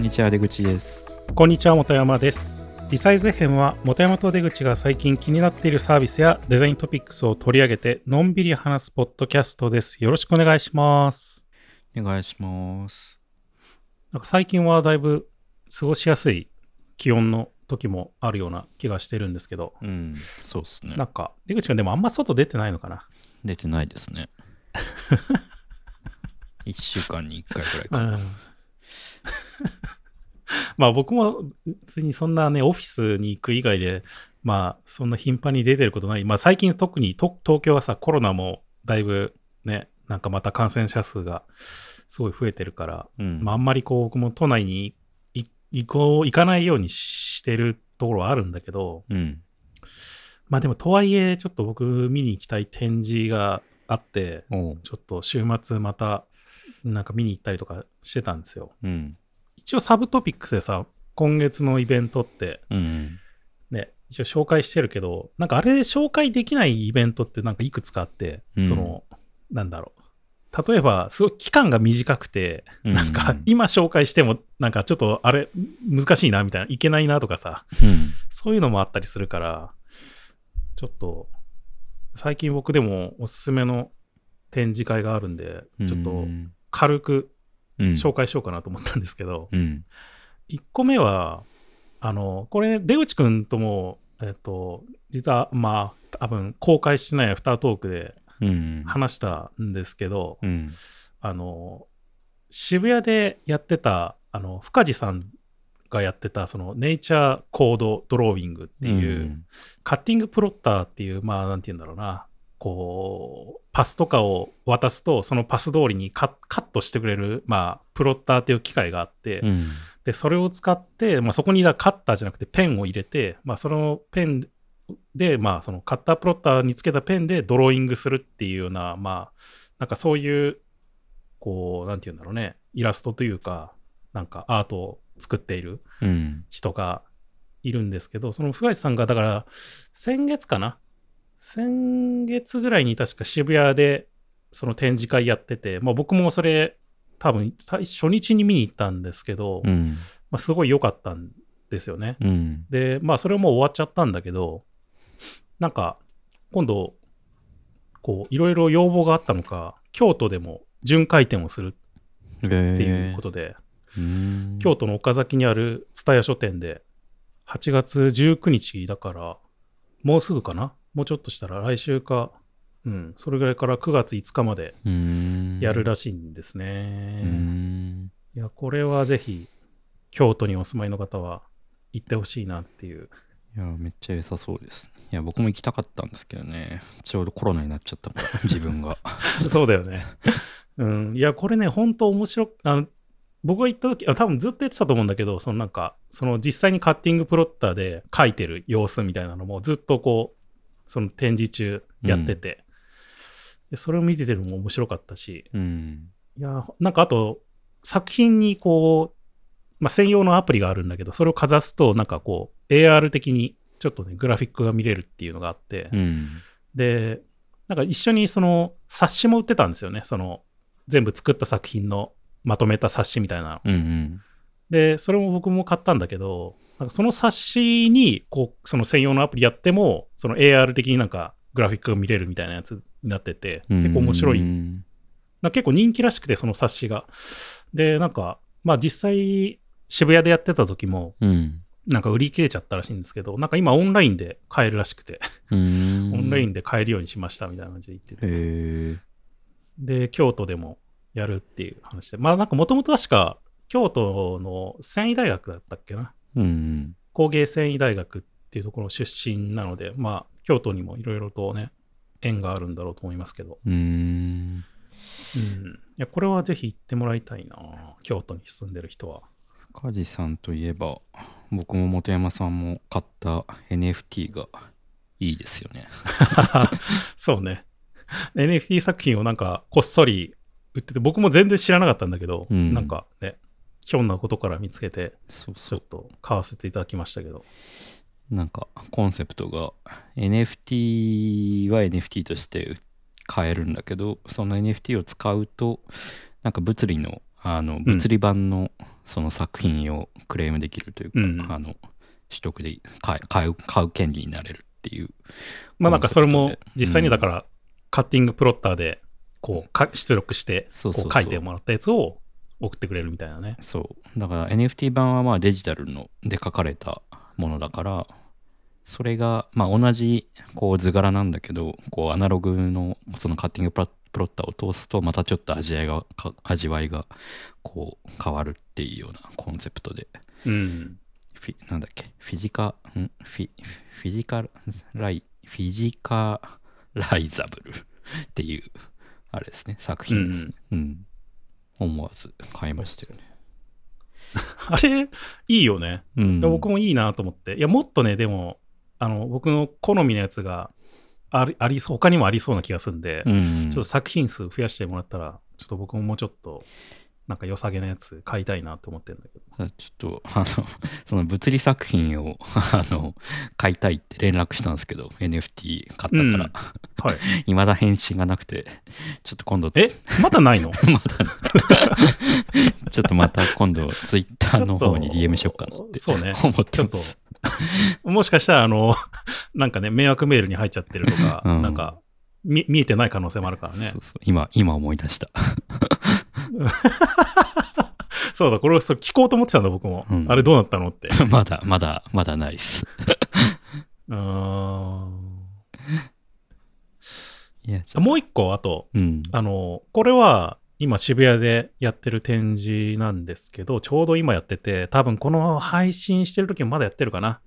んにちは、出口です。 こんにちは、本山です。リサイズ編は本山と出口が最近気になっているサービスやデザイントピックスを取り上げてのんびり話すポッドキャストです。よろしくお願いします。 お願いします。 なんか最近はだいぶ過ごしやすい気温の時もあるような気がしてるんですけど、 そうですね。 なんか出口君でもあんま外出てないのかな。 出てないですね。1週間に1回くらいかな。 まあ僕も別にそんなね、オフィスに行く以外で、まあそんな頻繁に出てることない。まあ最近特に東京はさ、コロナもだいぶね、なんかまた感染者数がすごい増えてるから、まああんまりこう僕も都内に行かないようにしてるところはあるんだけど、まあでもとはいえちょっと僕見に行きたい展示があって、ちょっと週末またなんか見に行ったりとかしてたんですよ。一応サブトピックスでさ、今月のイベントって、ね、一応紹介してるけど、なんかあれ紹介できないイベントってなんかいくつかあって、なんだろう。例えば、すごい期間が短くて、なんか今紹介しても、なんかちょっとあれ難しいなみたいな、いけないなとかさ、そういうのもあったりするから、ちょっと最近僕でもおすすめの展示会があるんで、ちょっと軽く紹介しようかなと思ったんですけど、1個目は、これ、出口くんとも、実は、まあ、多分公開してないアフタートークで話したんですけど、渋谷でやってた、深地さんがやってた、そのネイチャーコードドローイングっていう、カッティングプロッターっていう、まあ、なんて言うんだろうな、こうパスとかを渡すとそのパス通りにカットしてくれる、まあ、プロッターっていう機械があって、でそれを使って、まあ、そこにカッターじゃなくてペンを入れて、まあ、そのペンで、まあ、そのカッタープロッターにつけたペンでドローイングするっていうような、まあ、なんかそういうこうなんて言うんだろうね、イラストというかなんかアートを作っている人がいるんですけど、その深地さんがだから先月ぐらいに確か渋谷でその展示会やってて、まあ、僕もそれ多分初日に見に行ったんですけど、まあ、すごい良かったんですよね。で、まあそれももう終わっちゃったんだけど、なんか今度こういろいろ要望があったのか、京都でも巡回展をするっていうことで、京都の岡崎にある蔦屋書店で8月19日だからもうすぐかな、もうちょっとしたら来週か、それぐらいから9月5日までやるらしいんですね。いや、これはぜひ京都にお住まいの方は行ってほしいなっていう。 いや、めっちゃ良さそうです。いや、僕も行きたかったんですけどね、ちょうどコロナになっちゃったから自分がそうだよね。いや、これね、本当面白く、僕が行った時、多分ずっと言ってたと思うんだけど、そのなんか、その実際にカッティングプロッターで描いてる様子みたいなのもずっとこう、その展示中やってて、でそれを見ててるのも面白かったし、いや、なんかあと、作品にこう、まあ、専用のアプリがあるんだけど、それをかざすと、なんかこう、AR 的にちょっとね、グラフィックが見れるっていうのがあって、で、なんか一緒にその冊子も売ってたんですよね、その全部作った作品のまとめた冊子みたいな、でそれも僕も買ったんだけど、なんかその冊子にこうその専用のアプリやってもその AR 的になんかグラフィックが見れるみたいなやつになってて、結構面白い、結構人気らしくて、その冊子が。でなんかまあ実際渋谷でやってた時も、なんか売り切れちゃったらしいんですけど、なんか今オンラインで買えるらしくてオンラインで買えるようにしましたみたいな感じで言ってて、で京都でもやるっていう話で、まあなんかもともと確か京都の繊維大学だったっけな、工芸繊維大学っていうところ出身なので、まあ京都にもいろいろとね縁があるんだろうと思いますけど、いやこれはぜひ行ってもらいたいな、京都に住んでる人は。 梶さんといえば僕も本山さんも買った NFT がいいですよねそうね、 NFT 作品をなんかこっそり売ってて、僕も全然知らなかったんだけど、なんかねひょんなことから見つけてちょっと買わせていただきましたけど、 なんかコンセプトが NFT は NFT として買えるんだけど、その NFT を使うとなんか物理の物理版のその作品をクレームできるというか、取得で買う権利になれるっていう。 まあなんかそれも実際にだからカッティングプロッターでこう出力してこう書いてもらったやつを送ってくれるみたいなね。 そうだから NFT 版はまあデジタルので書かれたものだから、それがまあ同じこう図柄なんだけど、こうアナログのそのカッティングプロッターを通すとまたちょっと味わいがこう変わるっていうようなコンセプトで、なんだっけフィジカライザブルっていうあれですね、作品ですね。思わず買いましたよね。 あれいいよね。僕もいいなと思って。いやもっとね、でも僕の好みのやつが他にもありそうな気がするんで、ちょっと作品数増やしてもらったら、ちょっと僕ももうちょっとなんか良さげなやつ買いたいなと思ってるんだけど。 ちょっとその物理作品を買いたいって連絡したんですけど、 NFT 買ったから、未だ返信がなくて、ちょっと今度まだないのまだちょっとまた今度ツイッターの方に DM しようかなって思ってます。 もしかしたらなんかね、迷惑メールに入っちゃってるとか、なんか見えてない可能性もあるからね。 そう今思い出したそうだ、これを聞こうと思ってたんだ、僕も。あれどうなったのって。 まだないっす。 もう一個、あと、これは今渋谷でやってる展示なんですけど、ちょうど今やってて、多分この配信してる時もまだやってるかな。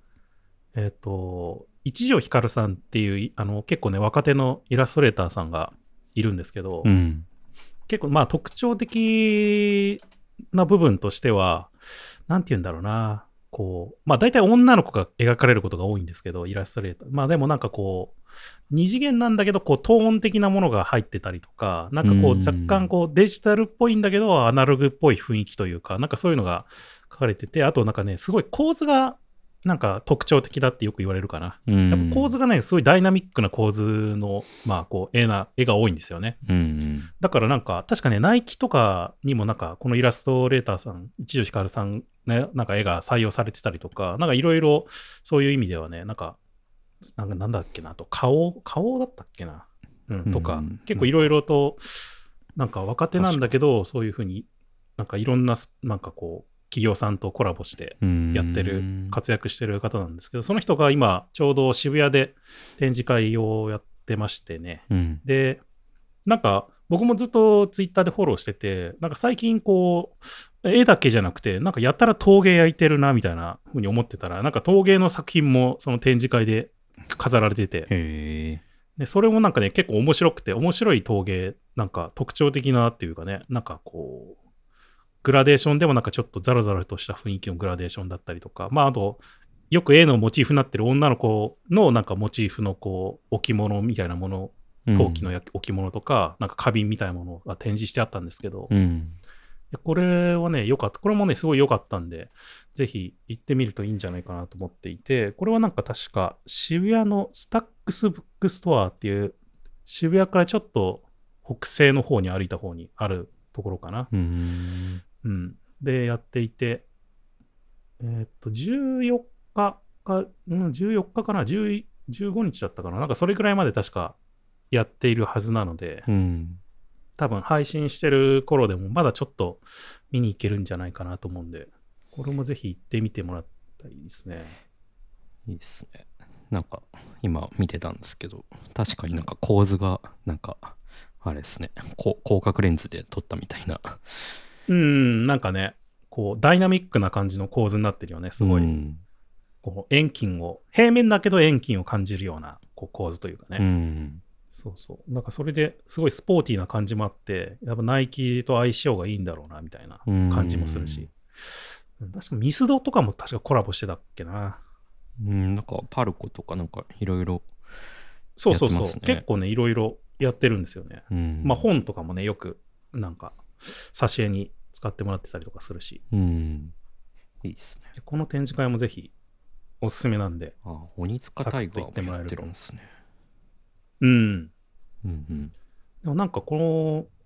一条ひかるさんっていう結構ね、若手のイラストレーターさんがいるんですけど、結構まあ特徴的な部分としては、なんて言うんだろうな、こう、まあ大体女の子が描かれることが多いんですけど、イラストレーター。まあでもなんかこう、二次元なんだけど、こう、トーン的なものが入ってたりとか、なんかこう、若干こう、デジタルっぽいんだけど、アナログっぽい雰囲気というか、なんかそういうのが書かれてて、あとなんかね、すごい構図が、なんか特徴的だってよく言われるかな。やっぱ構図がね、すごいダイナミックな構図の、まあこう、絵が多いんですよね。だからなんか、確かね、ナイキとかにもなんか、このイラストレーターさん、一条ひかるさん、ね、なんか絵が採用されてたりとか、なんかいろいろそういう意味ではね、なんだっけな、あと顔だったっけな、とか、結構いろいろと、なんか若手なんだけど、そういうふうになんかいろんな、なんかこう、企業さんとコラボしてやってる、活躍してる方なんですけど、その人が今、ちょうど渋谷で展示会をやってましてね。で、なんか僕もずっとツイッターでフォローしてて、なんか最近こう、絵だけじゃなくて、なんかやたら陶芸焼いてるなみたいな風に思ってたら、なんか陶芸の作品もその展示会で飾られてて、でそれもなんかね、結構面白くて、面白い陶芸、なんか特徴的なっていうかね、なんかこう、グラデーションでもなんかちょっとザラザラとした雰囲気のグラデーションだったりとか、まああと、よく絵のモチーフになってる女の子のなんかモチーフのこう置物みたいなもの、陶器の置物とか、なんか花瓶みたいなものが展示してあったんですけど、これはね、良かった。これもね、すごい良かったんで、ぜひ行ってみるといいんじゃないかなと思っていて、これはなんか確か渋谷のスタックスブックストアっていう、渋谷からちょっと北西の方に歩いた方にあるところかな。で、やっていて、14日か、14日かな、15日だったかな。なんかそれぐらいまで確かやっているはずなので、多分配信してる頃でもまだちょっと見に行けるんじゃないかなと思うんで、これもぜひ行ってみてもらったらいいですね。 いいですね。なんか今見てたんですけど、確かになんか構図がなんかあれですね、広角レンズで撮ったみたいな。 なんかね、こうダイナミックな感じの構図になってるよね、すごい。こう遠近を、平面だけど遠近を感じるようなこう構図というかね。そうそう。なんかそれですごいスポーティーな感じもあって、やっぱナイキと相性がいいんだろうなみたいな感じもするし。確かミスドとかも確かコラボしてたっけな。 なんかパルコとかなんかいろいろ。 そう。結構ね、いろいろやってるんですよね。まあ本とかもね、よくなんか挿絵に使ってもらってたりとかするし。 いいっすね。 この展示会もぜひおすすめなんで。 鬼塚タイガーもやってるんですね。 でもなんかこの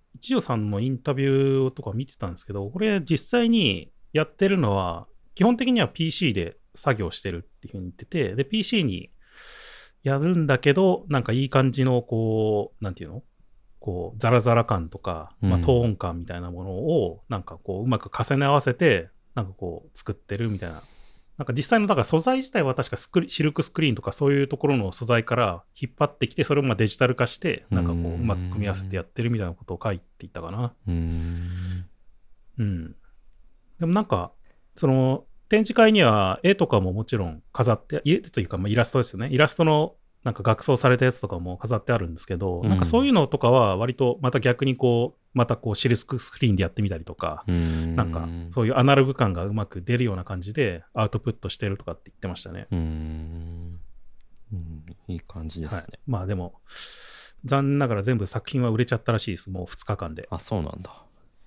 一条さんのインタビューとか見てたんですけど、これ実際にやってるのは、基本的には PC で作業してるっていうふうに言ってて、で、PC にやるんだけど、なんかいい感じの、こう、なんていうのこう、ザラザラ感とか、まあ、 うんトーン感みたいなものを、なんかこう、うまく重ね合わせて、なんかこう、作ってるみたいな。なんか実際の、だから素材自体は確かシルクスクリーンとかそういうところの素材から引っ張ってきて、それをまあデジタル化して、なんかこう、うまく組み合わせてやってるみたいなことを書いていたかな。 うーん。 うん。でもなんか、その、展示会には絵とかももちろん飾って、絵というかまあイラストですよね。イラストのなんか額装されたやつとかも飾ってあるんですけど、なんかそういうのとかは割とまた逆にこう、またこうシルクスクリーンでやってみたりとか、なんかそういうアナログ感がうまく出るような感じでアウトプットしてるとかって言ってましたね。 いい感じですね。はい、 まあでも、残念ながら全部作品は売れちゃったらしいです。もう2日間で。 あ、そうなんだ。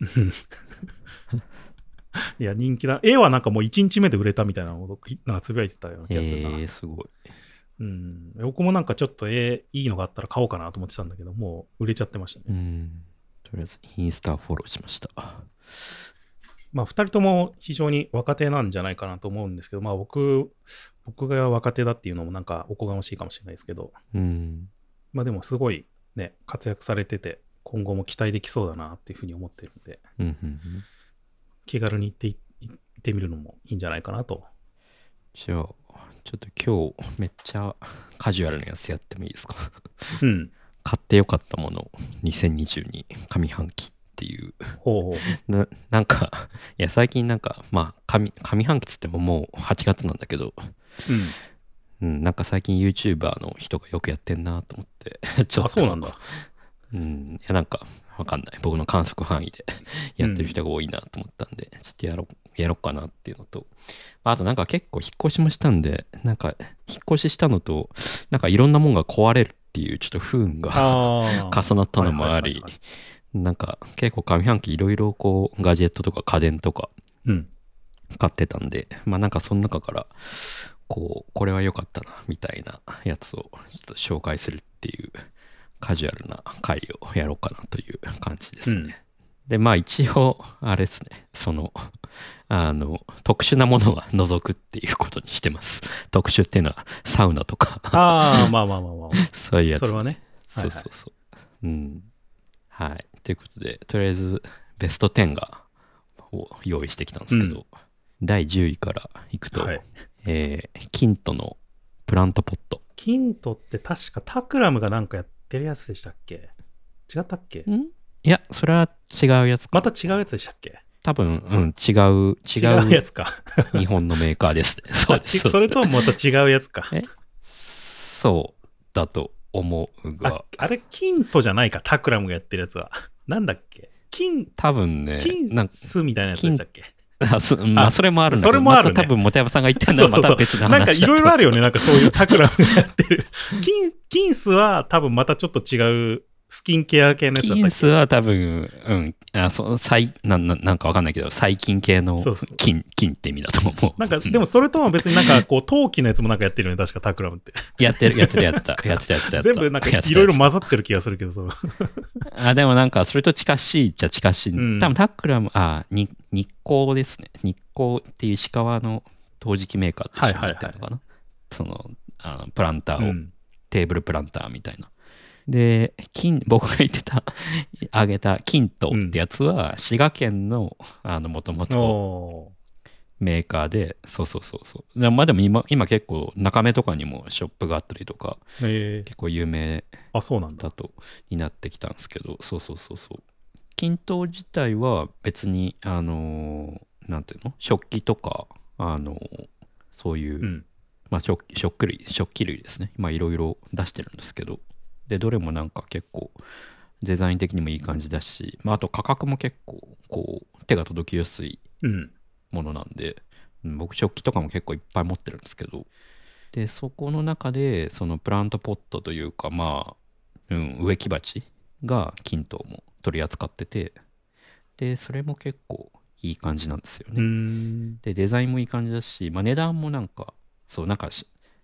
いや、人気だ。絵はなんかもう1日目で売れたみたいなのをなんかつぶやいてたような気がするな。 すごい。 僕もなんかちょっといいのがあったら買おうかなと思ってたんだけど、もう売れちゃってましたね。 とりあえずインスタフォローしました。 まあ、2人とも非常に若手なんじゃないかなと思うんですけど、まあ僕が若手だっていうのもなんかおこがましいかもしれないですけど、まあでもすごいね、活躍されてて、今後も期待できそうだなっていうふうに思ってるんで、気軽に行ってみるのもいいんじゃないかなと。 じゃあ、ちょっと今日めっちゃカジュアルなやつやってもいいですか？買ってよかったもの2022上半期っていう。なんか、いや最近なんか、まあ上半期つってももう8月なんだけど、なんか最近 YouTuber の人がよくやってんなと思って、ちょっと。 そうなんだ。 いやなんかわかんない。僕の観測範囲でやってる人が多いなと思ったんで、ちょっとやろうかなっていうのと、あとなんか結構引っ越しもしたんで、なんか引っ越ししたのと、なんかいろんなもんが壊れるっていうちょっと不運が重なったのもあり、なんか結構上半期いろいろこうガジェットとか家電とか買ってたんで、まあなんかその中からこれは良かったなみたいなやつをちょっと紹介するっていうカジュアルな回をやろうかなという感じですね。でまあ一応あれですね、その特殊なものは除くっていうことにしてます。特殊っていうのはサウナとかまあそういうやつ。 それはね。 そう。はい。ということで、とりあえずベスト10を用意してきたんですけど、第10位からいくと、キントのプラントポット。 キントって確かタクラムがなんかやってるやつでしたっけ？違ったっけ？ いや、それは違うやつか。 また違うやつでしたっけ？ 多分、違うやつか。 日本のメーカーですね。そうです。 それともまた違うやつか。 そうだと思うが。 あれ、キントじゃないか、タクラムがやってるやつは。なんだっけ？ 多分ね、 キンスみたいなやつでしたっけ？ まあそれもあるんだけど、また多分本山さんが言ってるのはまた別の話だと。 なんかいろいろあるよね、なんかそういうタクラムがやってる。キンスは多分またちょっと違うスキンケア系のやつだったっけ？ キンスは多分、なんかわかんないけど、細菌系の菌って意味だと思う。 なんか、でもそれとも別になんかこう、陶器のやつもなんかやってるよね、確かタクラムって。 やってた。 全部なんかいろいろ混ざってる気がするけど、そう。 でもなんかそれと近しいっちゃ近しい。多分タクラム、日光ですね。日光っていう石川の陶磁器メーカーと一緒にやってるのかな。その、プランターを、テーブルプランターみたいな。で、僕があげたキントってやつは、滋賀県の、もともとメーカーで、そう。まあでも今結構中目とかにもショップがあったりとか、結構有名だとになってきたんですけど、そう。キント自体は別に、なんていうの？食器とか、そういう、まあ食器類ですね。まあいろいろ出してるんですけど、でどれもなんか結構デザイン的にもいい感じだし、まあ、あと価格も結構こう手が届きやすいものなんで、僕食器とかも結構いっぱい持ってるんですけど、でそこの中でそのプラントポットというかまあ、植木鉢がキントも取り扱ってて、でそれも結構いい感じなんですよね。でデザインもいい感じだし、まあ、値段もなんかそうなんか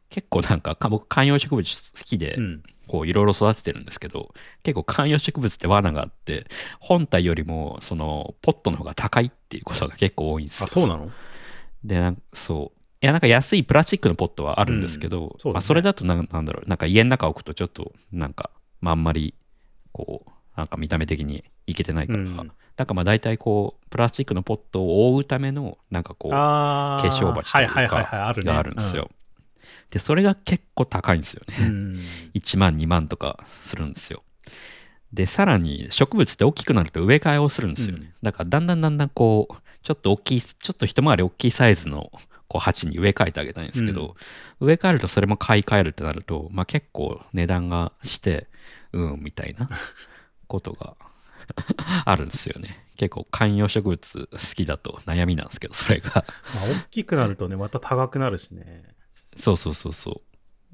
結構なんか僕観葉植物好きで、 うん。 こういろいろ育ててるんですけど、結構観葉植物って罠があって、本体よりもそのポットの方が高いっていうことが結構多いんですあ、 よ。 そうなの？ で、そう。いや、なんか安いプラスチックのポットはあるんですけうん。 ど、 そうだね。 まあそれだとなんだろう、なんか家の中置くとちょっとなんか、まああんまりこう、なんか見た目的にいけてないから、 うん。 なんかまあ大体こう、プラスチックのポットを覆うための、なんかこう、化粧ああ、 鉢はいというか、 はいはいはい、あるがあね。うん。 るんですよ。で、それが結構高いんですようね。 ん。 1万、2万とかするんですよ。で、さらに植物って大きくなると植え替えをするんですよね。 うん。 だからだんだんこう、ちょっと大きい、ちょっと一回り大きいサイズのこう鉢に植え替えてあげたいんですけど、植え替えるとそれも買い替えるってなると、まあ結構値段がして、みたいなことがあるんですよね。結構観葉植物好きだと悩みなんですけど、それが。 まあ、大きくなるとね、また高くなるしね。 そうそうそうそう。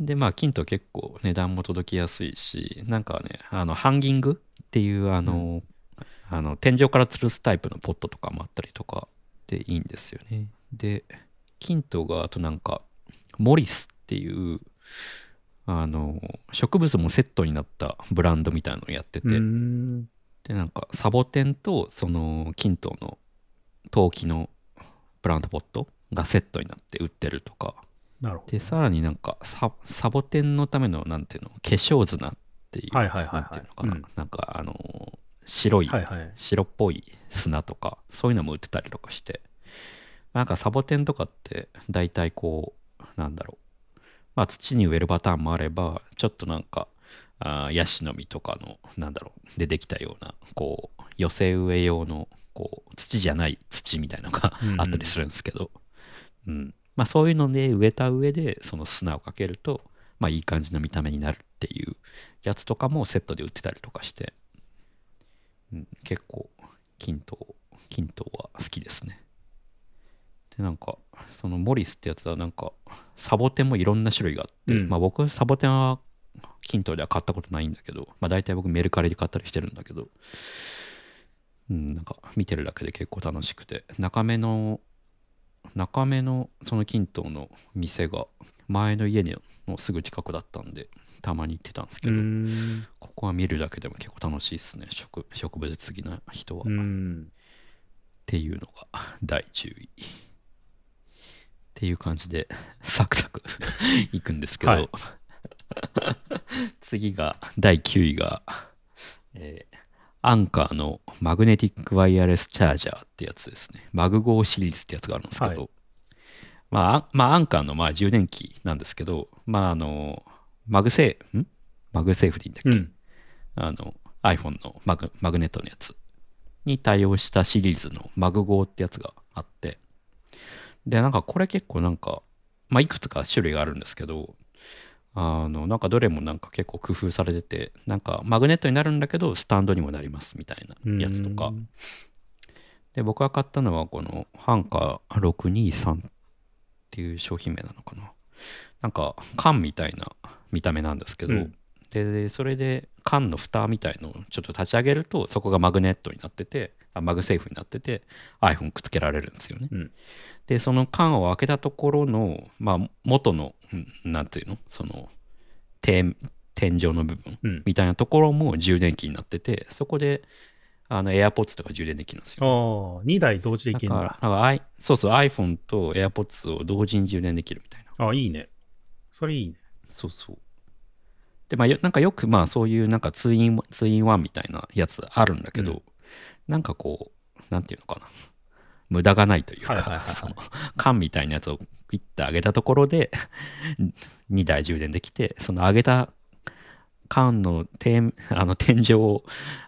で、まあ、金と結構値段も届きやすいし、なんかね、ハンギングっていう、 うん。 天井から吊るすタイプのポットとかもあったりとかでいいんですよね。で、金とが、あとなんか、モリスっていう、植物もセットになったブランドみたいなのをやってうーて、 ん。 で、なんか、サボテンと、その、金との陶器のプラントポットがセットになって売ってるとか、で、 なるほどね。 さらになんかサボテンのための、なんていうの、化粧砂っていう、 はいはいはいなんてはい。 いうのかな、 うん。 なんか白い、 はいはい。 白っぽい砂とか、そういうのも売ってたりとかして、なんかサボテンとかって、大体こう、なんだろう、まあ土に植えるパターンもあれば、ちょっとなんか、ヤシの実とかの、なんだろう、でできたような、こう、寄せ植え用の、こう、土じゃない土みたいなのがうんうあったりん。 するんですけど、うん。まあそういうので植えた上でその砂をかけると、まあいい感じの見た目になるっていうやつとかもセットで売ってたりとかして、結構均等は好きですね。で、なんかそのモリスってやつはなんかサボテンもいろんな種類があって、 うん。 まあ僕サボテンは均等では買ったことないんだけど、まあ大体僕メルカリで買ったりしてるんだけど、なんか見てるだけで結構楽しくて、中目のその均等の店が前の家のすぐ近くだったんで、たまに行ってたんですうーけど、 ん。 ここは見るだけでも結構楽しいですね、植物好きな人は。 うっん。 ていうのが第10位。っていう感じで、サクサクいくんですけはい。 ど、次が、第9位が、アンカーのマグネティックワイヤレスチャージャーってやつですね。マグゴーシリーズってやつがあるんですけはい。 ど、まあ、アンカーの充電器なんですけど、マグセー、んマグセーフでいいんだっけ？ うん。 あの、iPhone のマグネットのやつに対応したシリーズのマグゴーってやつがあって、で、なんかこれ結構なんか、まあ、いくつか種類があるんですけど、なんかどれもなんか結構工夫されてて、なんかマグネットになるんだけど、スタンドにもなりますみたいなうーやつとか。 ん。 で、僕が買ったのはこのハンカー623っていう商品名なのかな。なんか缶みたいな見た目なんですけど、 うん。 で、それで缶の蓋みたいのをちょっと立ち上げると、そこがマグネットになってて、マグセーフになってて、iPhone くっつけられるんですよね。 うん。 で、その缶を開けたところの、まあ、元の、なんていうの、その天、天井の部分うん。 みたいなところも充電器になってて、そこで、AirPods とか充電できるんですよね。 ああ、2台同時でいだから、 けんだ。 そうそう、iPhone と AirPods を同時に充電できるみたいな。 ああ、いいね。それいいね。 そうそう。で、まあ、なんかよく、まあ、そういうなんかツーインワンみたいなやつあるんだけうん。 ど、なんかこう、なんていうのかな。無駄がないというはいはいか、 はいはい。 その、缶みたいなやつをピッて上げたところで2台充電できて、その上げた缶の天井を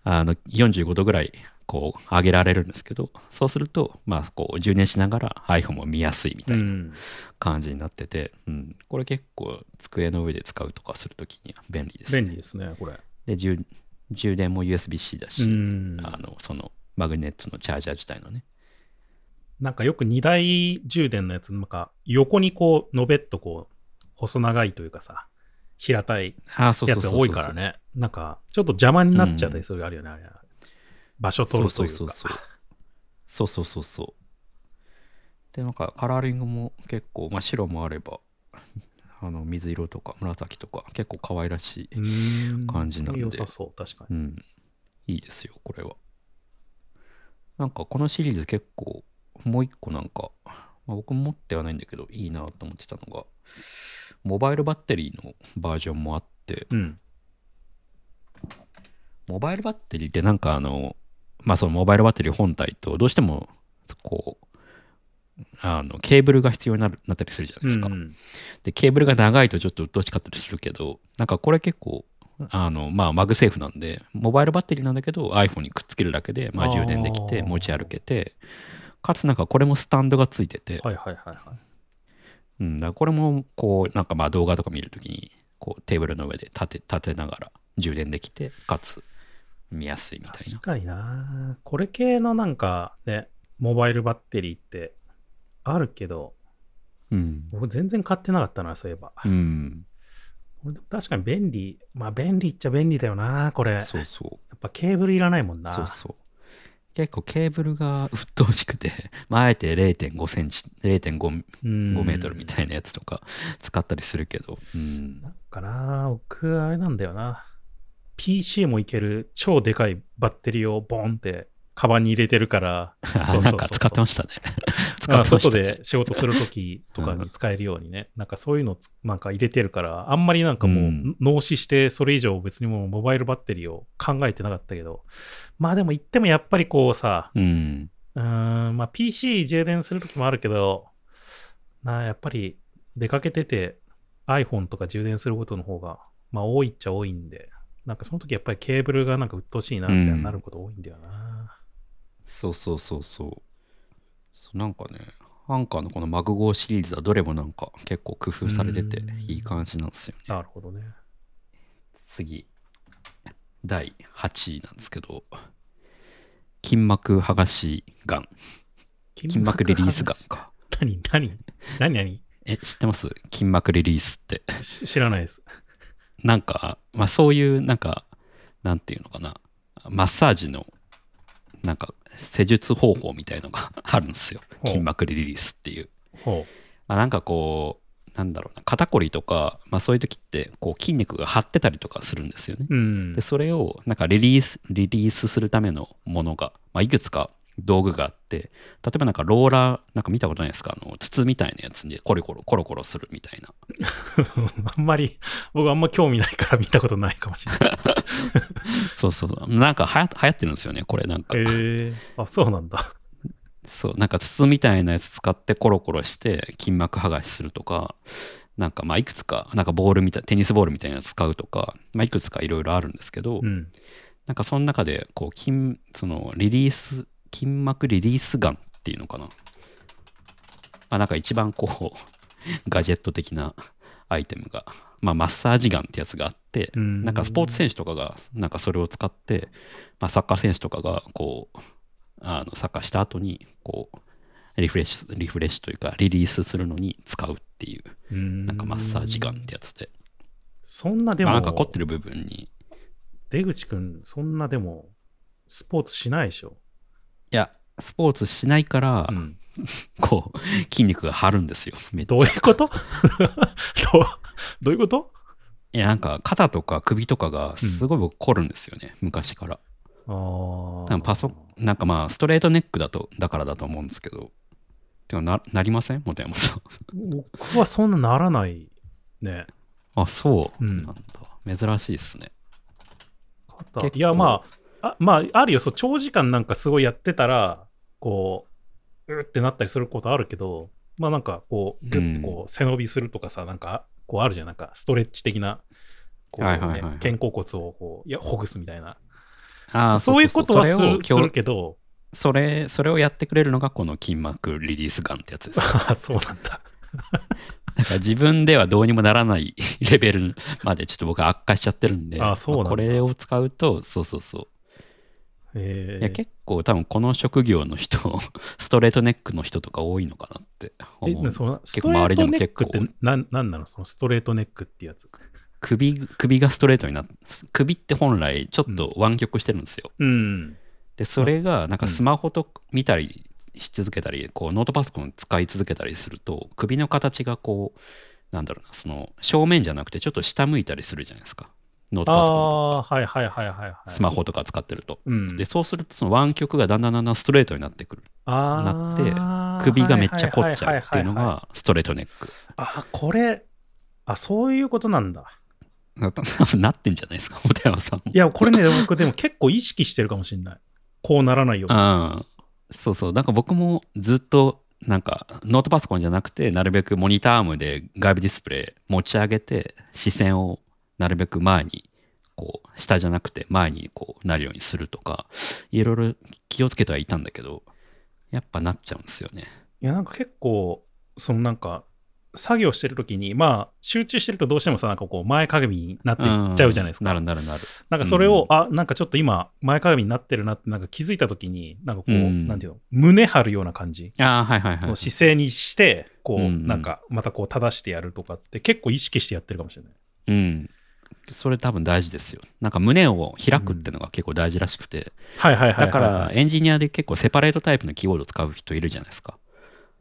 45度ぐらいこう上げられるんですけど、そうすると、まあ、こう充電しながら iPhone も見やすいみたいなうん。 感じになってて、これ結構机の上で使うとかするときには便利ですね。 便利ですね、これ。 で、充電も USB-C だうし、 ん。 そのマグネットのチャージャー自体のね。 なんかよく2台充電のやつ、なんか横にこう、のべっとこう、細長いというかさ、平たいそうそうやつが多いそうそうそう。 からね。なんか、ちょっと邪魔になっちゃったりうん。 するあるよね、あれ。場所取そうそうるというか。 そうそう。そうそうそうそう。で、なんかカラーリングも結構、まあ、白もあれば、 水色とか紫とか結構可愛らしい感じなんで、 良さそう、確かに。 いいですよ、これは。なんかこのシリーズ結構、もう一個なんか、僕も持ってはないんだけど、いいなと思ってたのが、モバイルバッテリーのバージョンもあって、モバイルバッテリーってなんかそのモバイルバッテリー本体とどうしてもこうケーブルが必要になったりするじゃないですか。でケーブルが長いとちょっと鬱陶しかったりするけど、なんかこれ結構マグセーフなんで、モバイルバッテリーなんだけど iPhone にくっつけるだけで充電できて持ち歩けて、かつなんかこれもスタンドがついてて、だからこれもこうなんか動画とか見るときにこうテーブルの上で立てながら充電できて、かつ見やすいみたいな。 確かにな。これ系のなんかね、モバイルバッテリーってあるけど、僕全然買ってなかったな、そういえば。確かに便利。便利っちゃ便利だよな、これ。 そうそう。 やっぱケーブルいらないもんな。 そうそう。結構ケーブルが鬱陶しくて、あえて 0.5 センチ、0.5 メートルみたいなやつとか使ったりするけど。 なんかな、僕あれなんだよな。PC もいける超でかいバッテリーをボンってカバンに入れてるから、 なんか使ってましたね。 外で仕事するときとかに使えるようにね、なんかそういうのなんか入れてるから、あんまりなんかもう脳死してそれ以上別にもうモバイルバッテリーを考えてなかったけど、でも言ってもやっぱりこうさ、PC 充電するときもあるけど、やっぱり出かけてて iPhone とか充電することの方が多いっちゃ多いんで、なんかその時やっぱりケーブルがなんか鬱陶しいなってなること多いんだよな。 そう。なんかね、アンカーのこのマグ号シリーズはどれもなんか結構工夫されてていい感じなんですよね。 なるほどね。 次、第8位なんですけど、筋膜剥がしガン。筋膜リリースガンか。 何知ってます？筋膜リリースって。 知らないです。 なんか、そういうなんか、なんていうのかな、マッサージのなんか施術方法みたいのがあるんですよ。筋膜リリースっていう。なんかこう、なんだろうな、肩こりとか、そういう時ってこう筋肉が張ってたりとかするんですよね。でそれをなんかリリースするためのものが、いくつか道具があって、例えばなんかローラー、なんか見たことないですか？筒みたいなやつでコロコロするみたいな。 僕あんま興味ないから見たことないかもしれない。 そう。なんか流行ってるんですよね、これなんか。 そうなんだ。 そう、なんか筒みたいなやつ使ってコロコロして筋膜剥がしするとか、なんかいくつか、なんかテニスボールみたいなやつ使うとか、いくつかいろいろあるんですけど、なんかその中でこうその筋膜リリースガンっていうのかな。なんか一番こうガジェット的なアイテムが、マッサージガンってやつがあって、なんかスポーツ選手とかがなんかそれを使って、サッカー選手とかがこうサッカーした後にこうリフレッシュというかリリースするのに使うっていう、なんかマッサージガンってやつで、 そんなでも、 なんか凝ってる部分に、 出口くんそんなでもスポーツしないでしょ？ いやスポーツしないから、こう筋肉が張るんですよ。めっちゃ。 どういうことどういうこと？ いやなんか肩とか首とかがすごい僕凝るんですよね、昔から。なんかなんかストレートネックだからだと思うんですけど。てかなりません？本山さん。 僕はそんなならないね。 そうなんだ。珍しいっすね。 いやあるよ。長時間なんかすごいやってたらこうってなったりすることあるけど、なんかこうグッとこう背伸びするとかさ、なんかこうあるじゃん、なんかストレッチ的なこう、肩甲骨をこうほぐすみたいな。そういうことはするけど、 それをやってくれるのがこの筋膜リリースガンってやつです。 そうなんだ。 だから自分ではどうにもならないレベルまでちょっと僕は悪化しちゃってるんで、これを使うと、いや結構多分この職業の人、ストレートネックの人とか多いのかなって思う。結構周りでも結構。 ストレートネックって何なの？そのストレートネックってやつ。 首がストレートになって、首って本来ちょっと湾曲してるんですよ。でそれがなんかスマホと見たりし続けたり、こうノートパソコン使い続けたりすると首の形がこうなんだろうな、その正面じゃなくてちょっと下向いたりするじゃないですか。ノートあパソコンとかあ、はいはいはいはいはい。 スマホとか使ってると。で、 うん。 そうするとその湾曲がだんだんだんだんストレートになってくる。なって、 ああ、 首がめっちゃはいはい凝っちゃうはいはいっていうのはいはい。 がストレートネック。 あ、これ、そういうことなんだ。 多分なってんじゃないですか、本山さんも。 いや、これね、僕でも結構意識してるかもしれない。こうならないように。 そうそう。なんか僕もずっと、なんかノートパソコンじゃなくて、なるべくモニターアームで外部ディスプレイ持ち上げて、視線をなるべく前に、こう、下じゃなくて前にこうなるようにするとか、いろいろ気をつけてはいたんだけど、やっぱなっちゃうんですよね。 いや、なんか結構、そのなんか、作業してるときに、まあ、集中してるとどうしてもさ、なんかこう、前かがみになっていっちゃうじゃないですなるか。 なるなる。 なんかそれを、なんかちょっと今、前かがみになってるなって、なんか気づいたときに、なんかこう、なんていうの、胸張るような感じはいはいはい。 の姿勢にして、こう、 うんうん、 なんか、またこう、正してやるとかって、結構意識してやってるかもしれない。 うん。それ多分大事ですよ。なんか胸を開くっていうのが結構大事らしくて。 はいはいはだかいはい、はい。 らエンジニアで結構セパレートタイプのキーボード使う人いるじゃないですか。 うん。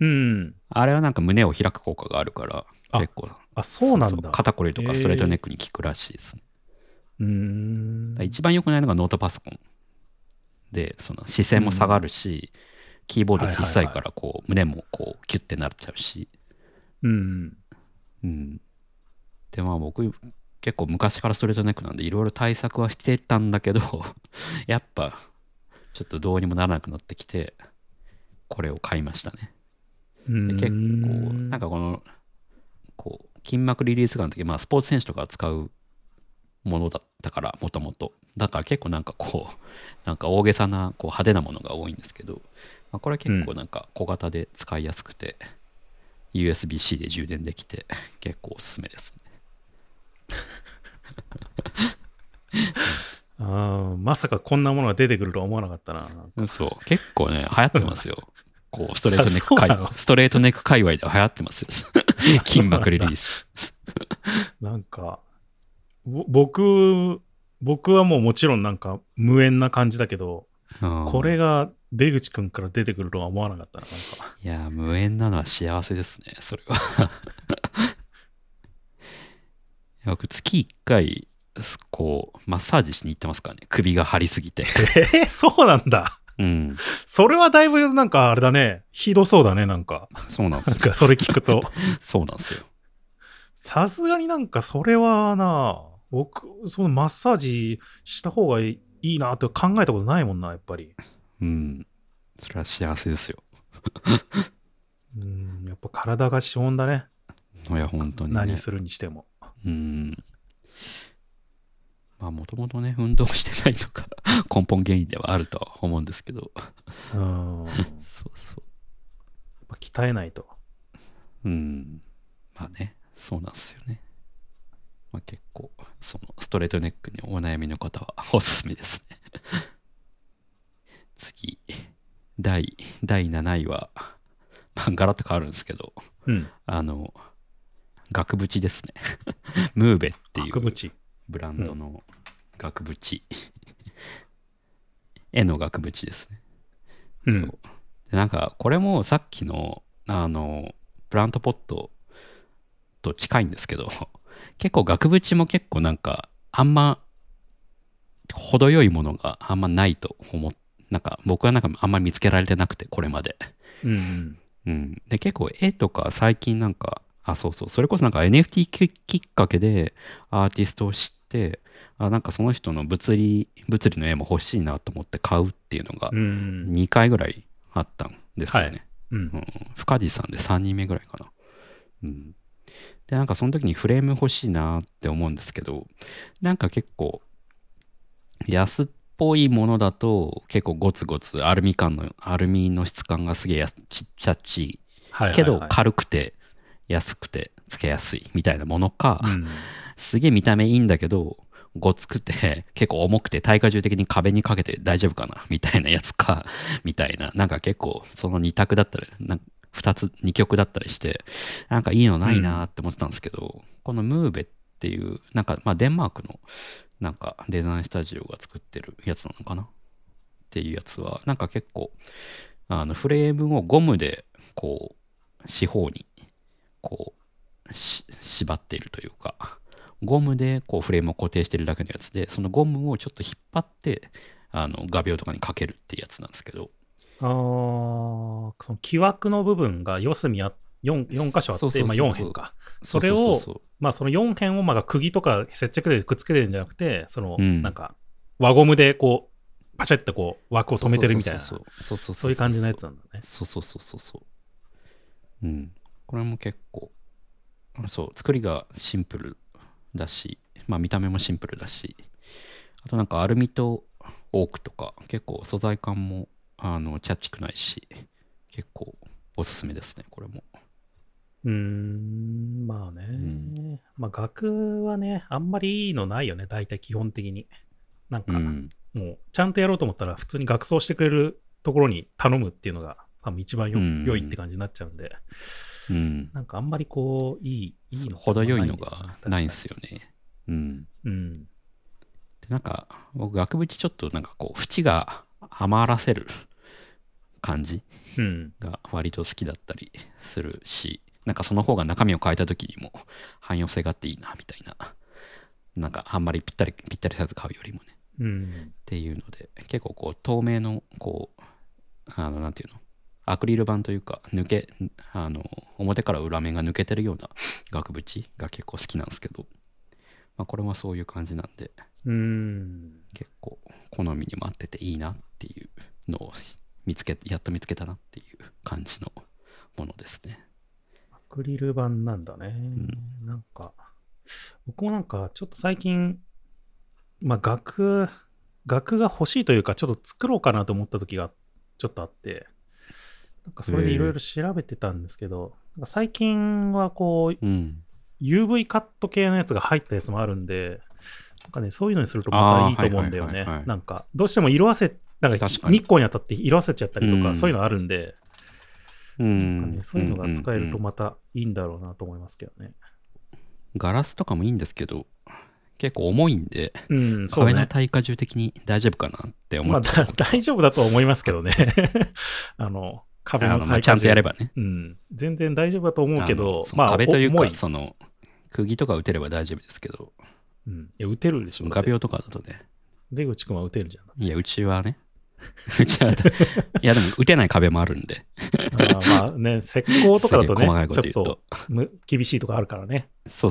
あれはなんか胸を開く効果があるから、 あ、 結構、 そうなんだ。 肩こりとかストレートネックに効くらしいですね。一番良くないのがノートパソコンで、その視線も下がるし、キーボード小さいからこう胸もこうキュッてなっちゃうし。 うん。 で、まあ僕結構昔からストレートネックなんでいろいろ対策はしてたんだけどやっぱちょっとどうにもならなくなってきて、これを買いましたね。で結構なんかこのこう筋膜リリースガンの時、まあスポーツ選手とか使うものだったから、もともとだから結構なんかこうなんか大げさなこう派手なものが多いんですけど、まあ、これ結構なんか小型で使いやすくて、USB-C で充電できて結構おすすめですね。 まさかこんなものが出てくるとは思わなかったな。 そう、結構ね、流行ってますよ。こう、ストレートネック界隈、ストレートネック界隈では流行ってますよ。筋膜リリース。 なんか、僕はもうもちろんなんか無縁な感じだけど、これが出口くんから出てくるとは思わなかったな。なんかいや、無縁なのは幸せですね、それは。僕、月1回、こう、マッサージしに行ってますからね。首が張りすぎて。 そうなんだ。 うん。 それはだいぶなんかあれだね。ひどそうだね、なんか。 そうなんですよ。 なんかそれ聞くと。 そうなんですよ。 さすがになんかそれはな、僕、そのマッサージした方がいいなって考えたことないもんな、やっぱり。 うん。それは幸せですよ。 やっぱ体が資本だね。 いや、本当にね。 何するにしても。 まあ、もともとね、運動してないのが根本原因ではあるとは思うんですけど。そうそう。 やっぱ鍛えないと。 まあね、そうなんですよね。まあ結構、そのストレートネックにお悩みの方はおすすめですね。次、第7位は、まあ、ガラッと変わるんですけど、額縁ですね。ムーベっていうブランドの額縁。絵の額縁ですね。そうでなんか、これもさっきの、プラントポットと近いんですけど、結構額縁も結構なんか、あんま、程よいものがあんまないと思って、なんか僕はなんかあんまり見つけられてなくて、これまで。で、結構絵とか最近なんか、そうそう、それこそなんか NFT きっかけでアーティストを知って、なんかその人の物理の絵も欲しいなと思って買うっていうのが2回ぐらいあったんですよね。深地さんで3人目ぐらいかな。で、なんかその時にフレーム欲しいなって思うんですけど、なんか結構安っぽいものだと結構ゴツゴツアルミの質感がすげえちっちゃちけど軽くて安くてつけやすいみたいなものか、すげえ見た目いいんだけどごつくて結構重くて耐荷重的に壁にかけて大丈夫かなみたいなやつかみたいな、なんか結構その2択だったらなんか2曲だったりしてなんかいいのないなって思ってたんですけど、このムーベっていうなんかまあデンマークのなんかデザインスタジオが作ってるやつなのかなっていうやつはなんか結構フレームをゴムでこう四方にこう縛っているというか、ゴムでこうフレームを固定してるだけのやつで、そのゴムをちょっと引っ張って画鋲とかにかけるっていうやつなんですけど、 その木枠の部分が四隅4箇所あって、まあ、4辺か。それを、まあ、その4辺をまあ釘とか接着でくっつけてるんじゃなくて、そのなんか輪ゴムでこうパシャってこう枠を止めてるみたいな、そういう感じのやつなんだね。 うん。これも結構、作りがシンプルだし、まあ見た目もシンプルだし、あとなんかアルミとオークとか結構素材感もチャッチくないし、結構おすすめですね、これも。 まあね、まあ額はね、あんまりいいのないよね、大体基本的に。なんか、もうちゃんとやろうと思ったら普通に額装してくれるところに頼むっていうのが多分一番良いって感じになっちゃうんで、なんかあんまりこういいの程よいのがないんですよね。でなんか僕額縁ちょっとなんかこう縁が余らせる感じが割と好きだったりするし、なんかその方が中身を変えた時にも汎用性があっていいなみたいな、なんかあんまりぴったりサイズ買うよりもね、っていうので結構こう透明のこうなんていうの、アクリル板というか表から裏面が抜けてるような額縁が結構好きなんですけど、まあ、これはそういう感じなんで、結構好みにも合ってていいなっていうのをやっと見つけたなっていう感じのものですね。 アクリル板なんだね。なんか僕もなんかちょっと最近、まあ額が欲しいというか、ちょっと作ろうかなと思った時がちょっとあって、なんかそれでいろいろ調べてたんですけど、なんか最近はこう、UV カット系のやつが入ったやつもあるんで、なんかね、そういうのにするとまたいいと思うんだよね。なんかどうしてもなんか日光に当たって色あせちゃったりとか、そういうのあるんで、なんかね、そういうのが使えるとまたいいんだろうなと思いますけどね。 ガラスとかもいいんですけど、結構重いんで、壁の耐荷重的に大丈夫かなって思って、 大丈夫だとは思いますけどね。壁の耐荷重、 ちゃんとやればね。 全然大丈夫だと思うけど、 壁というか、その釘とか打てれば大丈夫ですけど、 いや、打てるでしょ。 画鋲とかだとね。 出口くんは打てるじゃん。 いや、うちはね。いや、でも打てない壁もあるんで。 まあね、石膏とかだとね、ちょっと厳しいとかあるからね。 そう。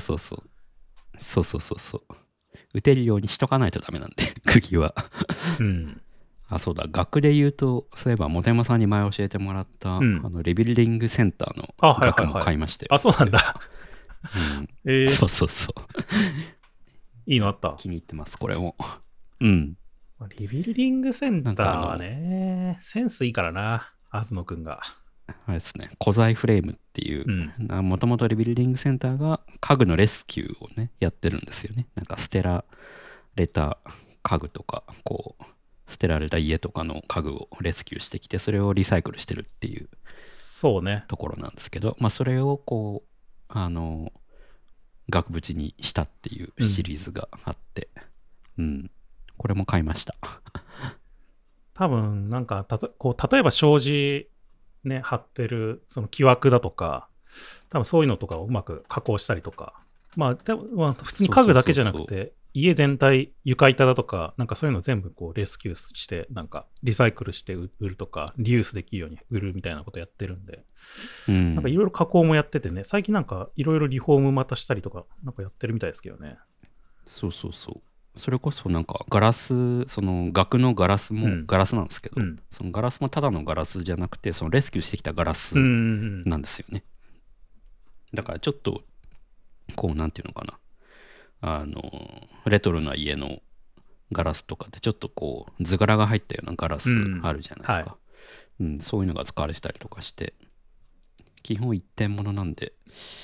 打てるようにしとかないとダメなんで、釘は。そうだ、額で言うと、そういえば、本山さんに前教えてもらった、リビルディングセンターの額も買いましたよ。 そうなんだ。 そう。 いいのあった。 気に入ってます、これも。 リビルディングセンターはね、センスいいからな、東野くんが。 あれですね、古材フレームっていう、もともとリビルディングセンターが家具のレスキューをね、やってるんですよね。なんか捨てられた家具とか、こう、捨てられた家とかの家具をレスキューしてきて、それをリサイクルしてるっていうところなんですけど、まあそれをこう、額縁にしたっていうシリーズがあって、これも買いました。 多分なんか例えば障子ね貼ってるその木枠だとか、多分そういうのとかをうまく加工したりとか、まあ普通に家具だけじゃなくて家全体床板だとか、なんかそういうの全部こうレスキューしてなんかリサイクルして売るとかリユースできるように売るみたいなことやってるんで、なんかいろいろ加工もやっててね、最近なんかいろいろリフォームまたしたりとかなんかやってるみたいですけどね。 そう。それこそなんかガラス、その額のガラスもガラスなんですけど、そのガラスもただのガラスじゃなくて、そのレスキューしてきたガラスなんですよね。だからちょっとこうなんていうのかな、レトロな家のガラスとかってちょっとこう図柄が入ったようなガラスあるじゃないですか。そういうのが使われてたりとかして、基本一点物なんで、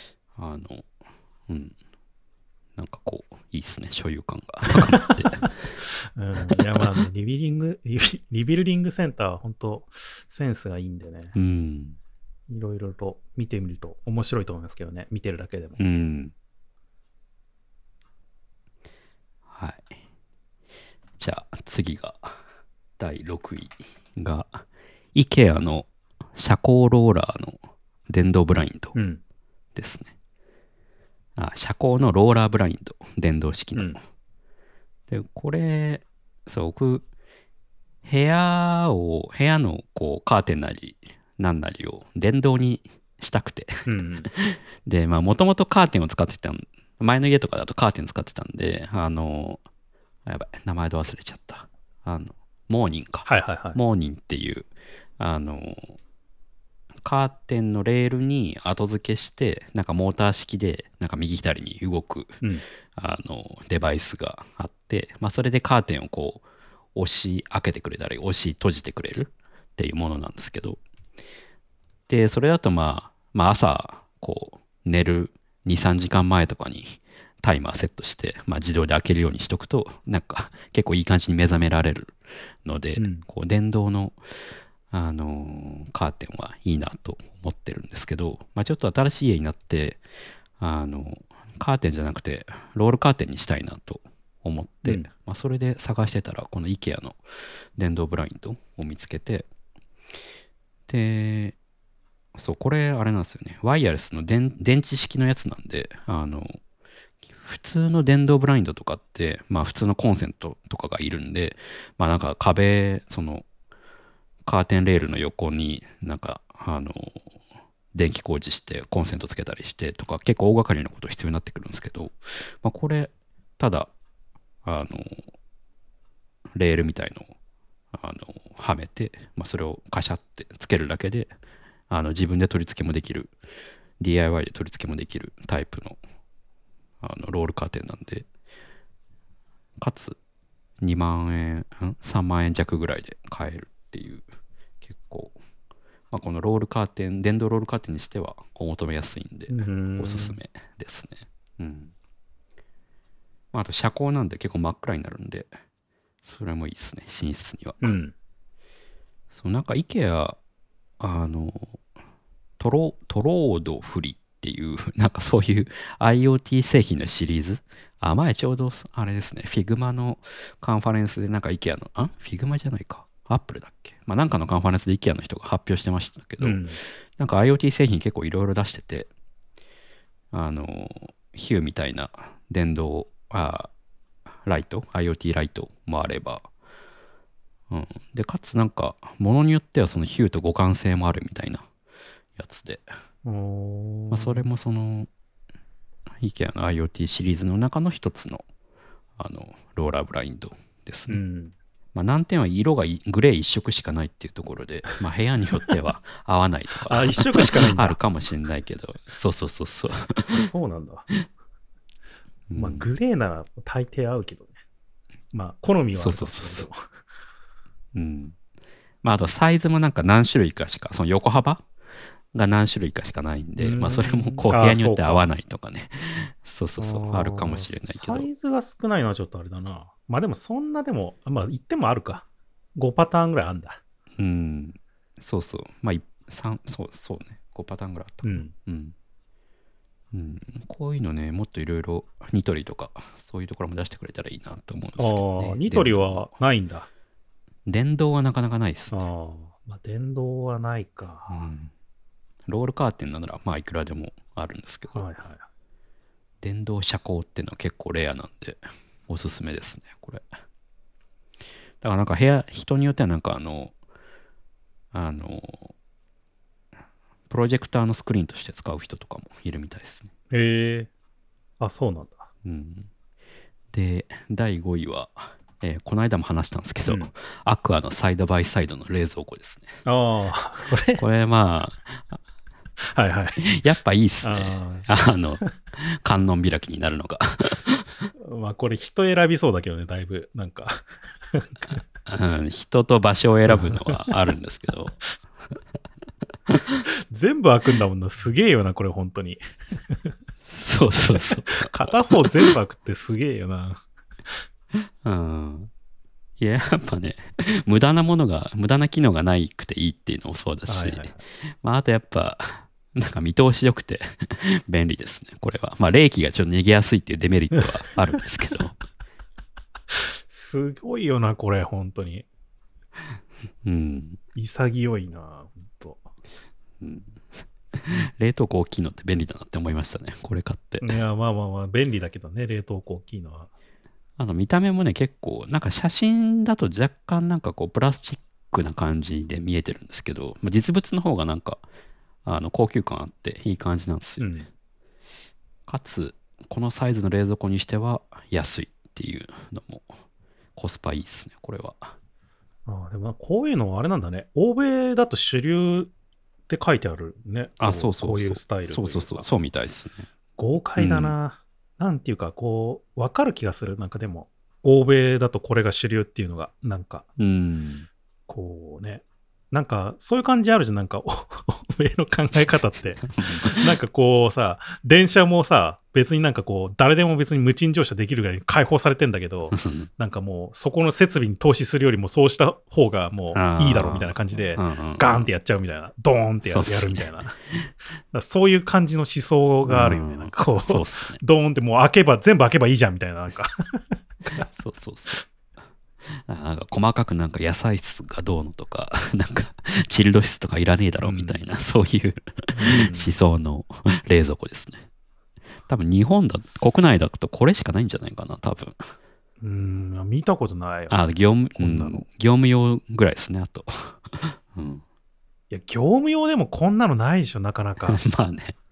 なんかこういいっすね、所有感が高まって。 いやまあね、リビルディングセンターは本当センスがいいんでね。いろいろと見てみると面白いと思いますけどね、見てるだけでも。 はい。じゃあ次が第6位が IKEA の遮光ローラーの電動ブラインドですね。 車高のローラーブラインド、電動式の。 うん。 で、これ、そう、僕、部屋のこうカーテンなり、なんなりを電動にしたくて。 うん。 で、まあ、もともとカーテンを使ってた前の家とかだとカーテン使ってたんで、やばい、名前で忘れちゃった。モーニンか。 はいはいはい。 モーニンっていう、あの、カーテンのレールに後付けして、なんかモーター式で、なんか右左に動く、 うん。 デバイスがあって、まあ、それでカーテンをこう、押し開けてくれたり、押し閉じてくれるっていうものなんですけど、で、それだとまあ朝、こう、寝る2、3時間前とかにタイマーセットして、まあ自動で開けるようにしとくと、なんか結構いい感じに目覚められるので、 うん。 こう電動の、カーテンはいいなと思ってるんですけど、まあちょっと新しい家になって、カーテンじゃなくて、ロールカーテンにしたいなと思って、 うん。 まあそれで探してたら、この IKEA の電動ブラインドを見つけて、で、そう、これあれなんですよね。ワイヤレスの電池式のやつなんで、普通の電動ブラインドとかって、まあ普通のコンセントとかがいるんで、まあなんかそのカーテンレールの横になんか、電気工事してコンセントつけたりしてとか結構大掛かりなこと必要になってくるんですけど、まあこれ、ただ、あの、レールみたいのを、はめて、まあそれをカシャってつけるだけで、自分で取り付けもできる DIY で取り付けもできるタイプの、ロールカーテンなんでかつ2万円3万円弱ぐらいで買えるっていう結構、まあ、このロールカーテン電動ロールカーテンにしてはお求めやすいんでうーん。 おすすめですね。うん。まあ、あと遮光なんで結構真っ暗になるんでそれもいいですね寝室には。 うん。 そうなんか IKEA あのトロードフリっていう、なんかそういう IoT 製品のシリーズ。前ちょうど、あれですね、Figma のカンファレンスで、なんか IKEA の、Figma じゃないか。Apple だっけ。まあなんかのカンファレンスで IKEA の人が発表してましたけど、 うん。 なんか IoT 製品結構いろいろ出してて、ヒューみたいな電動、ライト、IoT ライトもあれば、うん。で、かつなんか、ものによってはそのヒューと互換性もあるみたいなやつで、まあ、それおー。 もその IKEA の IoT シリーズの中の一つのローラーブラインドですね。 うん。 まあ、難点は色がグレー一色しかないっていうところで、まあ、部屋によっては合わないとあ、 か一色しかないんあるだ。 かもしれないけど、そうそうそうそう。 そうなんだ。まあ、 うん、 グレーなら大抵合うけどね。まあ、好みはそうあるかそうそうそう。 もしれないけど。 うん。まあ、あとサイズもなんか何種類かしか、その横幅が何種類かしかないんうーで、まあ、それもん。 こう部ああ、 屋によって合わそうか。 ないとかね。そうそうそう、あるかもああ、 しれないけど。 サイズが少ないのはちょっとあれだな。まあでもそんなでも、まあ言ってもあるか。5パターンぐらいあるんだ。 うん。そうそう。まあ、そうね。5パターンぐらいあったかな。 うん。 うん。うん。こういうのね、もっといろいろ、ニトリとか、そういうところも出してくれたらいいなと思うんですけどああ、 ね。 ニトリ電動の。 はないんだ。 電動はなかなかないですあね。 あ、まあ電動はないか。 うん。ロールカーテンなら、まあ、いくらでもあるんですけど、 はいはい。 電動遮光っていうのは結構レアなんで、おすすめですね、これ。だからなんか人によってはなんかあの、プロジェクターのスクリーンとして使う人とかもいるみたいですね。 へえ。あ、そうなんだ。 うん。で、第5位は、この間も話したんですけど、 うん。 アクアのサイドバイサイドの冷蔵庫ですね。 ああ、これこれまあ、 はいはい。 やっぱいいっすね。 あ観音開きになるのが。 あ、まあこれ人選びそうだけどね、だいぶ。なんかうん、人と場所を選ぶのはあるんですけど、 全部開くんだもんな。すげえよな、これ本当に。 そうそうそう。 片方全部開くってすげえよな。 うん。いや、やっぱね、無駄な機能がないくていいっていうのもそうだし、 はいはい。 まあ、あとやっぱ、なんか見通し良くて便利ですね、これは。まあ、冷気がちょっと逃げやすいっていうデメリットはあるんですけど。 すごいよな、これ、本当に。 うん。 潔いな、本当。 うん、 冷凍庫大きいのって便利だなって思いましたね。これ買って。 いや、まあまあまあ、便利だけどね、冷凍庫大きいのは。 見た目もね、結構、なんか写真だと若干なんかこう、プラスチックな感じで見えてるんですけど、まあ、実物の方がなんか、高級感あっていい感じなんですよね。かつ、このサイズの冷蔵庫にしては安いっていうのもコスパいいですね、これは。 でもこういうのはあれなんだね。欧米だと主流って書いてあるね。 そうそうそう。 こういうスタイルというか。 そうそうそう、そうみたいですね。 豪快だな。なんていうか、こう、わかる気がする。なんかでも、欧米だとこれが主流っていうのが、なんか、こうね、なんか、そういう感じあるじゃん。なんか、欧米の考え方って。なんかこうさ、電車もさ、別になんかこう、誰でも別に無賃乗車できるぐらいに開放されてんだけど、なんかもう、そこの設備に投資するよりも、そうした方がもういいだろうみたいな感じで、ガーンってやっちゃうみたいな、ドーンってやるみたいな。そういう感じの思想があるよね。なんかこう、ドーンってもう全部開けばいいじゃんみたいな、なんか。 そうそうそう。なんか細かくなんか野菜室がどうのとか、なんかチルド室とかいらねえだろみたいな、そういう思想の冷蔵庫ですね。多分日本国内だとこれしかないんじゃないかな、多分。 見たことないよ。 業務用ぐらいですね、あと。 いや、業務用でもこんなのないでしょ、なかなか。 まあね。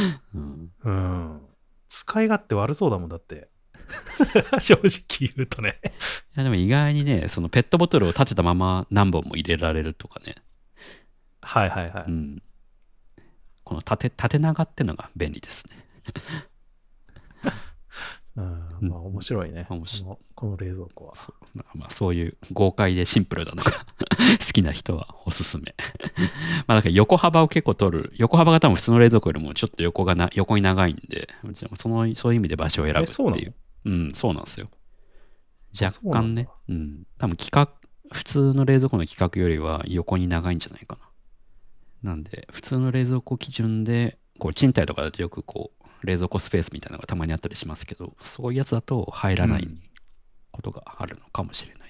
使い勝手悪そうだもんだって。正直言うとね。 いやでも意外にね、そのペットボトルを立てたまま何本も入れられるとかね。 はいはいはい。 この縦長ってのが便利ですね。 まあ面白いね。この冷蔵庫は。 そういう豪快でシンプルなのが好きな人はおすすめ。まあだから横幅を結構取る。横幅が多分普通の冷蔵庫よりもちょっと横に長いんで、そういう意味で場所を選ぶっていう。そうなんですよ。若干ね。多分普通の冷蔵庫の規格よりは横に長いんじゃないかな。なんで、普通の冷蔵庫基準で、こう賃貸とかだとよくこう、冷蔵庫スペースみたいなのがたまにあったりしますけど、そういうやつだと入らないことがあるのかもしれない。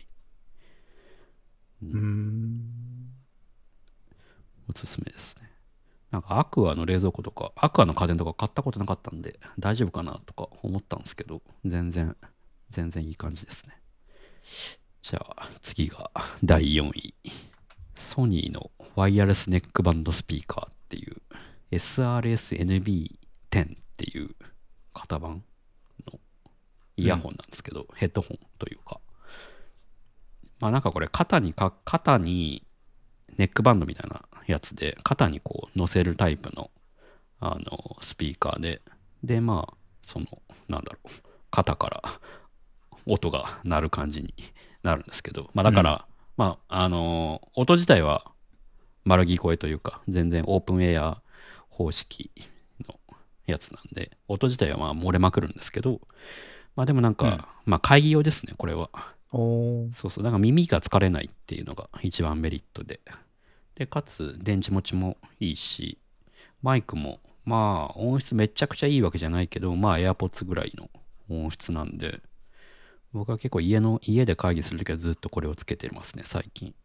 おすすめですね。なんかアクアの冷蔵庫とか、アクアの家電とか買ったことなかったんで、大丈夫かなとか思ったんですけど、全然いい感じですね。じゃあ次が第4位。ソニーのワイヤレスネックバンドスピーカーっていう SRS-NB10 っていう型番のイヤホンなんですけど、ヘッドホンというか。まあなんかこれ肩にネックバンドみたいなやつで、肩にこう乗せるタイプのスピーカーで、まあ、肩から音が鳴る感じになるんですけど、まあだから、音自体は丸聞こえというか、全然オープンエア方式のやつなんで、音自体はまあ漏れまくるんですけど、まあでもなんか、まあ会議用ですね、これは。そうそう、だから耳が疲れないっていうのが一番メリットで。で、かつ電池持ちもいいし、マイクもまあ音質めちゃくちゃいいわけじゃないけど、まあ AirPods ぐらいの音質なんで、僕は結構家で会議するときはずっとこれをつけてますね、最近。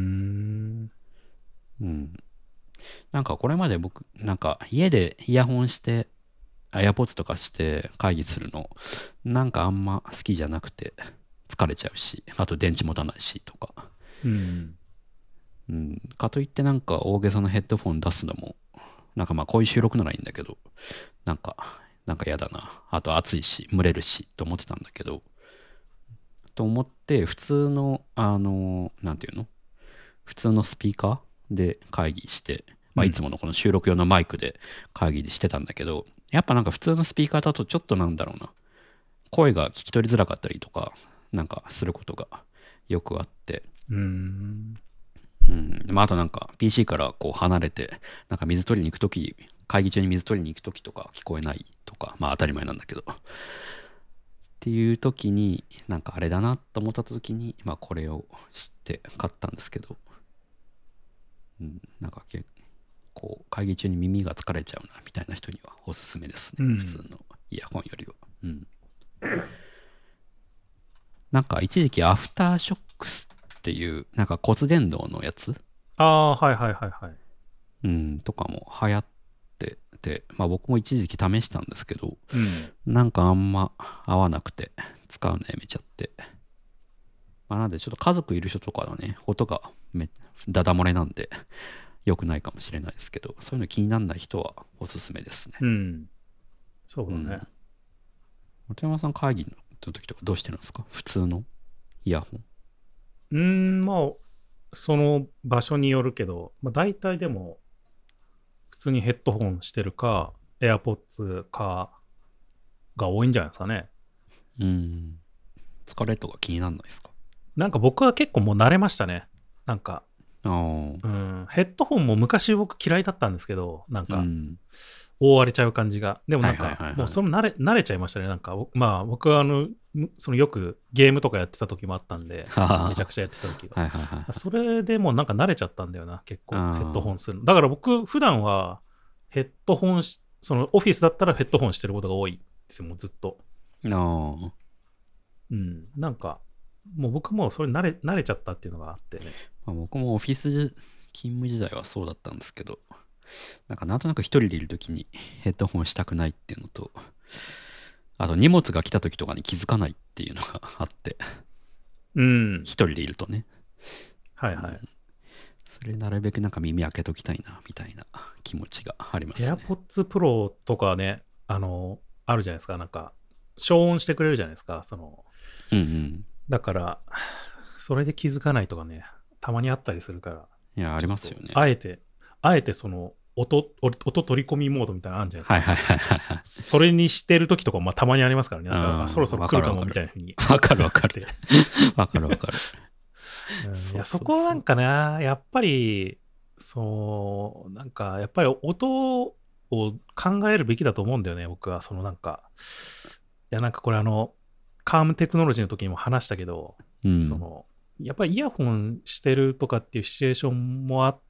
なんかこれまで僕、なんか家でイヤホンして、AirPods とかして会議するの、なんかあんま好きじゃなくて、疲れちゃうし、あと電池持たないしとか。かといってなんか大げさなヘッドフォン出すのも、なんかまあこういう収録ならいいんだけど、なんか嫌だな。あと暑いし、蒸れるし、と思ってたんだけど、と思って、普通の、なんていうの？普通のスピーカーで会議して、まあいつものこの収録用のマイクで会議してたんだけど、やっぱなんか普通のスピーカーだとちょっとなんだろうな、声が聞き取りづらかったりとか、なんかすることがよくあって、まあ、あとなんか PC からこう離れて、なんか水取りに行くとき、会議中に水取りに行くときとか聞こえないとか、まあ当たり前なんだけど。っていうときに、なんかあれだなと思ったときに、まあこれを知って買ったんですけど、なんか結構会議中に耳が疲れちゃうなみたいな人にはおすすめですね。普通のイヤホンよりは。なんか一時期アフターショックスっていうなんか骨伝導のやつはいはいはいはい。 とかも流行っってて、まあ僕も一時期試したんですけど、 うん。 なんかあんま合わなくて、使うのやめちゃって。まあなんでちょっと家族いる人とかはね、音がダダ漏れなんで、良くないかもしれないですけど、そういうの気にならない人はおすすめですね。 うん。そうだね。 本山さん会議の時とかどうしてるんですか？普通のイヤホン？ まあ、その場所によるけど、まあ大体でも、普通にヘッドホンしてるか、AirPods かが多いんじゃないですかね。 疲れとか気にならないですか？ なんか僕は結構もう慣れましたね。なんか、 ああ。 ヘッドホンも昔僕嫌いだったんですけど、なんか、 うん。 覆われちゃう感じが。でもなんか、 はいはいはいはいもうその慣れちゃいましたね。なんか、まあ僕はそのよくゲームとかやってた時もあったんで、めちゃくちゃやってた時が。 はいはいはい。 それでもうなんか慣れちゃったんだよな、結構、ヘあーッドホンするの。だから僕、普段はヘッドホンそのオフィスだったらヘッドホンしてることが多いですよ、もうずっと。 あなんか、もう僕もそれ慣れちゃったっていうのがあってね。 まあ、僕もオフィス勤務時代はそうだったんですけど、なんとなく一人でいるときにヘッドホンしたくないっていうのと、あと荷物が来たときとかに気づかないっていうのがあって、一人でいるとね。 はいはい。 それなるべくなんか耳開けときたいな、みたいな気持ちがありますね。 AirPods Pro とかね、あるじゃないですか。なんか、消音してくれるじゃないですか。 うんうん。 だから、それで気づかないとかね、たまにあったりするから、 いや、ありますよね。 あえてその音取り込みモードみたいなのあるんじゃないですか。 はいはいはいはい。 それにしてる時とか、まあ、たまにありますからね。なんかそろそろ来るかもみたいなふうに。 わかるわかる。わかるわかる。 いや、そこなんかな、やっぱり、なんか、やっぱり音を考えるべきだと思うんだよね、僕は。なんか、いや、なんかこれカームテクノロジーの時にも話したけど、やっぱりイヤホンしてるとかっていうシチュエーションもあって、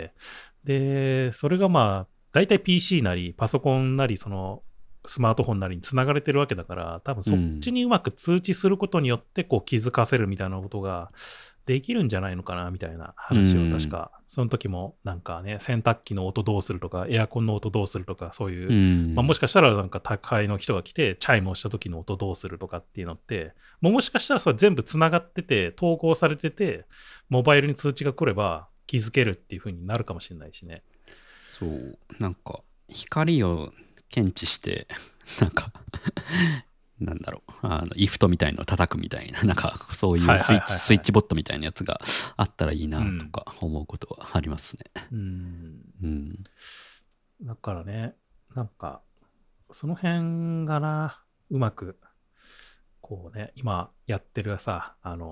で、それがまあ、大体 PC なり、パソコンなり、スマートフォンなりに繋がれてるわけだから、多分そっちにうまく通知することによって、こう気づかせるみたいなことができるんじゃないのかな、みたいな話を確か、その時もなんかね、洗濯機の音どうするとか、エアコンの音どうするとか、そういう、まあ、もしかしたらなんか宅配の人が来て、チャイムをした時の音どうするとかっていうのって、もしかしたらそれ全部繋がってて、統合されてて、モバイルに通知が来れば気づけるっていう風になるかもしれないしね。 そう、なんか光を検知してなんかなんだろう、イフトみたいのを叩くみたいな、なんかそういうスイッチボットみたいなやつがあったらいいなとか思うことはありますね。 だからね、なんかその辺がな、うまくこうね、今やってるさ、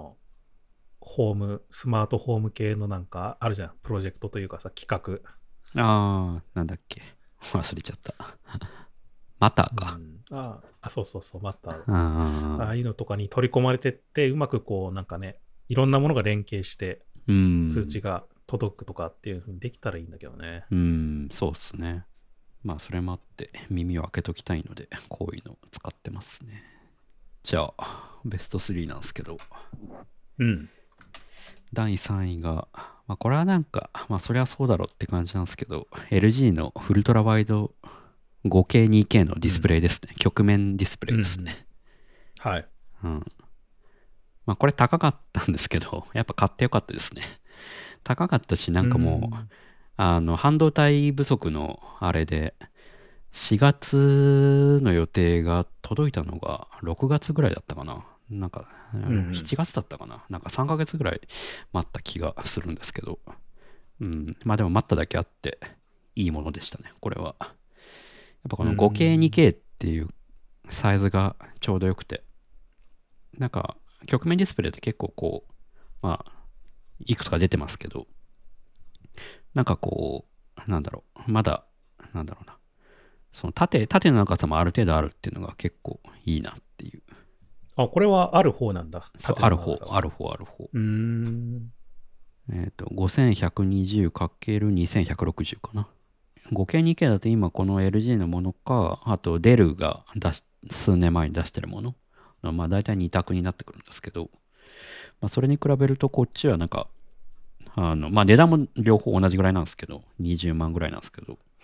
スマートホーム系のなんかあるじゃん、プロジェクトというかさ、企画。 なんだっけ、忘れちゃった。マターか。 そうそうそう、マター。ああいうのとかに取り込まれてって、うまくこうなんかね、いろんなものが連携して、通知が届くとかっていう風にできたらいいんだけどね。 そうっすね。まあそれもあって耳を開けときたいので、こういうのを使ってますね。じゃあ、ベスト3なんですけど。第3位が、まあこれはなんか、まあそりゃそうだろうって感じなんですけど、LG のウルトラワイド 5K2K のディスプレイですね。曲面ディスプレイですね。 はい。 まあこれ高かったんですけど、やっぱ買ってよかったですね。高かったし、なんかもう、半導体不足のあれで、4月の予定が届いたのが6月ぐらいだったかな。なんか、7月だったかな。なんか3ヶ月ぐらい待った気がするんですけど。まあでも待っただけあって、いいものでしたね、これは。やっぱこの 5K2K っていうサイズがちょうどよくて、なんか曲面ディスプレイって結構こう、まあ、いくつか出てますけど、なんかこう、なんだろう、まだ、なんだろうな、その縦の長さもある程度あるっていうのが結構いいなっていう。 これはある方なんだ。 そう、ある方。5120×2160 かな。5K2K だと今この LG のものか、あとデルが数年前に出してるもの。まあ大体2択になってくるんですけど、まあそれに比べるとこっちはなんか、まあ値段も両方同じぐらいなんですけど、20万ぐらいなんですけど、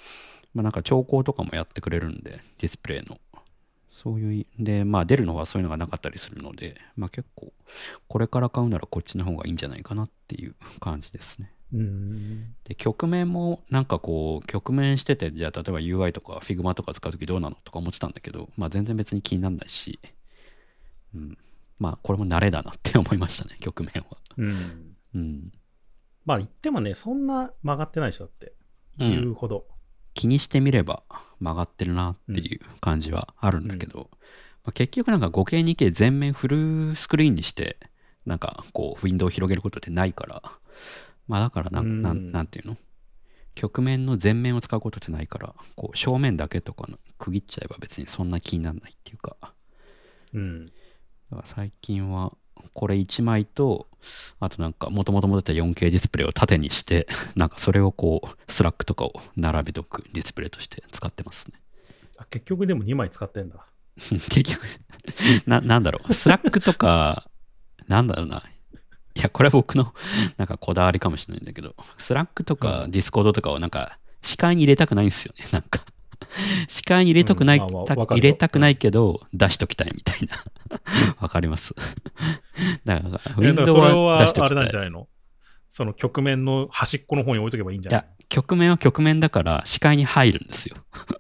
まあなんか調光とかもやってくれるんで、ディスプレイの。そういう、で、まあデルの方はそういうのがなかったりするので、まあ結構、これから買うならこっちの方がいいんじゃないかなっていう感じですね。で、曲面もなんかこう、曲面してて、じゃあ例えば UI とか Figma とか使うときどうなのとか思ってたんだけど、まあ全然別に気にならないし、うん。まあこれも慣れだなって思いましたね、曲面は。うん。 まあ言ってもね、そんな曲がってないでしょって言うほど。 気にしてみれば曲がってるなっていう感じはあるんだけど、まあ、結局なんか 5K2K 全面フルスクリーンにしてなんかこうウィンドウを広げることってないから、まあだからなんていうの、曲面の全面を使うことってないから、こう正面だけとかの区切っちゃえば別にそんな気にならないっていうか、だから最近はこれ1枚と、あとなんか元々持ってた 4K ディスプレイを縦にして、なんかそれをこうスラックとかを並べとくディスプレイとして使ってますね。 結局でも2枚使ってんだ。 結局なんだろう、スラックとか、なんだろうな。いや、これは僕のなんかこだわりかもしれないんだけど、スラックとかディスコードとかをなんか視界に入れたくないんですよね。なんか視界に入れたくない、入れたくないけど出しときたいみたいな。わかります。だから、ウィンドウは出しときたい。 あれなんじゃないの？その曲面の端っこの方に置いとけばいいんじゃない？いや、 曲面は曲面だから視界に入るんですよ。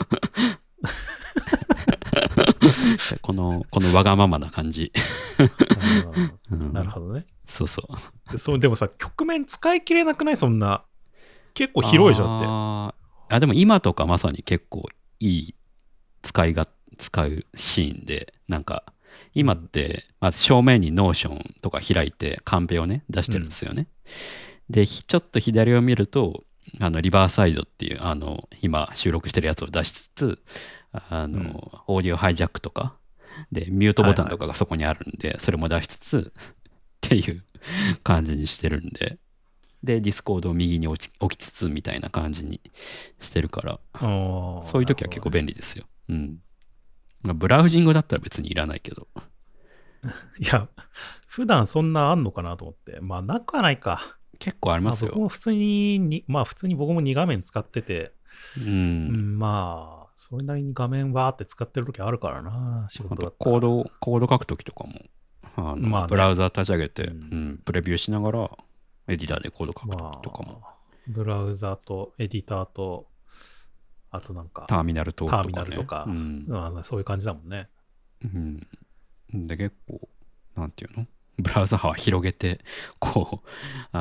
このわがままな感じ。 なるほどね。 そうそう。 でもさ、曲面使い切れなくない？そんな。結構広いじゃんって。 でも今とかまさに結構いい使うシーンで、なんか今って、まず正面にノーションとか開いてカンペをね出してるんですよね。でちょっと左を見るとリバーサイドっていう今収録してるやつを出しつつオーディオハイジャックとかでミュートボタンとかがそこにあるんで、それも出しつつっていう感じにしてるんで、でディスコードを右に置きつつみたいな感じにしてるから、そういう時は結構便利ですよ。ブラウジングだったら別にいらないけど。 いや、普段そんなあんのかなと思って。まあなくはないか。 結構ありますよ。 僕も普通に僕も2画面使ってて、まあそれなりに画面わーって使ってる時あるからな、仕事だったら。 コード書く時とかもブラウザ立ち上げて、プレビューしながらエディターでコード書く時とかも、 ブラウザとエディターとあとなんかターミナルとか、 そういう感じだもんね。 で結構なんていうの、ブラウザは広げてこう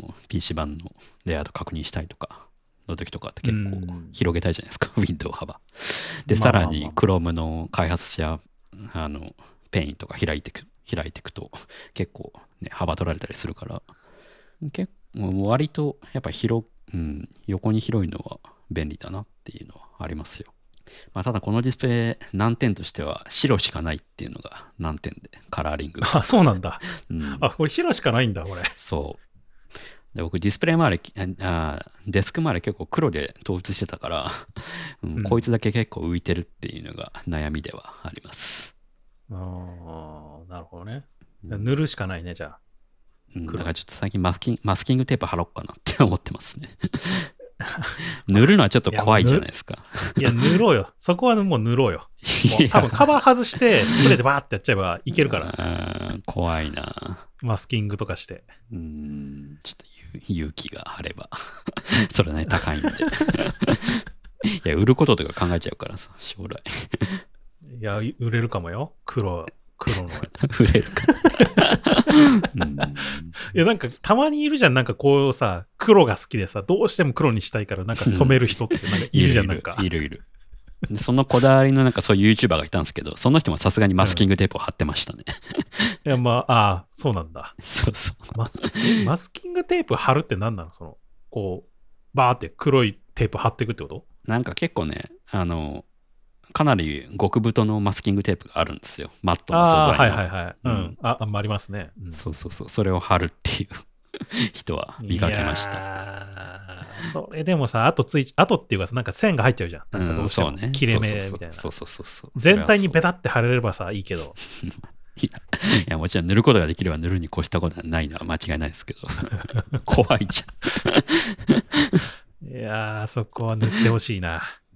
PC 版のレイアウト確認したりとかの時とかって結構広げたいじゃないですか、ウィンドウ幅で、さらに Chrome の開発者ペインとか開いていくと結構ね幅取られたりするから、結構割とやっぱ横に広いのは便利だなっていうのはありますよ。まあ、ただこのディスプレイ難点としては白しかないっていうのが難点で、カラーリングが。 あ、そうなんだ。これ白しかないんだこれ。 そうで、僕ディスプレイ周りデスク周り結構黒で統一してたから、こいつだけ結構浮いてるっていうのが悩みではあります。 なるほどね。塗るしかないね、じゃあ。 だからちょっと最近マスキングテープ貼ろうかなって思ってますね。塗るのはちょっと怖いじゃないですか。 いや、塗ろうよ。そこはもう塗ろうよ。多分カバー外してスプレーでバーってやっちゃえばいけるから。 怖いな。 マスキングとかして。 ちょっと勇気があれば。それね、高いんで。いや、売ることとか考えちゃうからさ、将来。 いや、売れるかもよ。黒のやつ。 売れるか。 いや、なんかたまにいるじゃん。なんかこうさ、黒が好きでさ、どうしても黒にしたいからなんか染める人ってなんかいるじゃん。なんかいる。そのこだわりのなんかそういう YouTuber がいたんですけど、その人もさすがにマスキングテープを貼ってましたね。 いや、そうなんだ。 そうそう。 マスキングテープ貼るって何なの？こう、バーって黒いテープ貼っていくってこと？ なんか結構ね、かなり極太のマスキングテープがあるんですよ。マットの素材の。 ありますね。 そう。それを貼るっていう人は見かけました。 それでもさ、あとっていうかさ、なんか線が入っちゃうじゃん。なんかどうしても切れ目みたいな。 そう。 全体にベタって貼れればさ、いいけど。 いや、もちろん塗ることができれば塗るに越したことはないのは間違いないですけど。怖いじゃん。 いやー、そこは塗ってほしいな。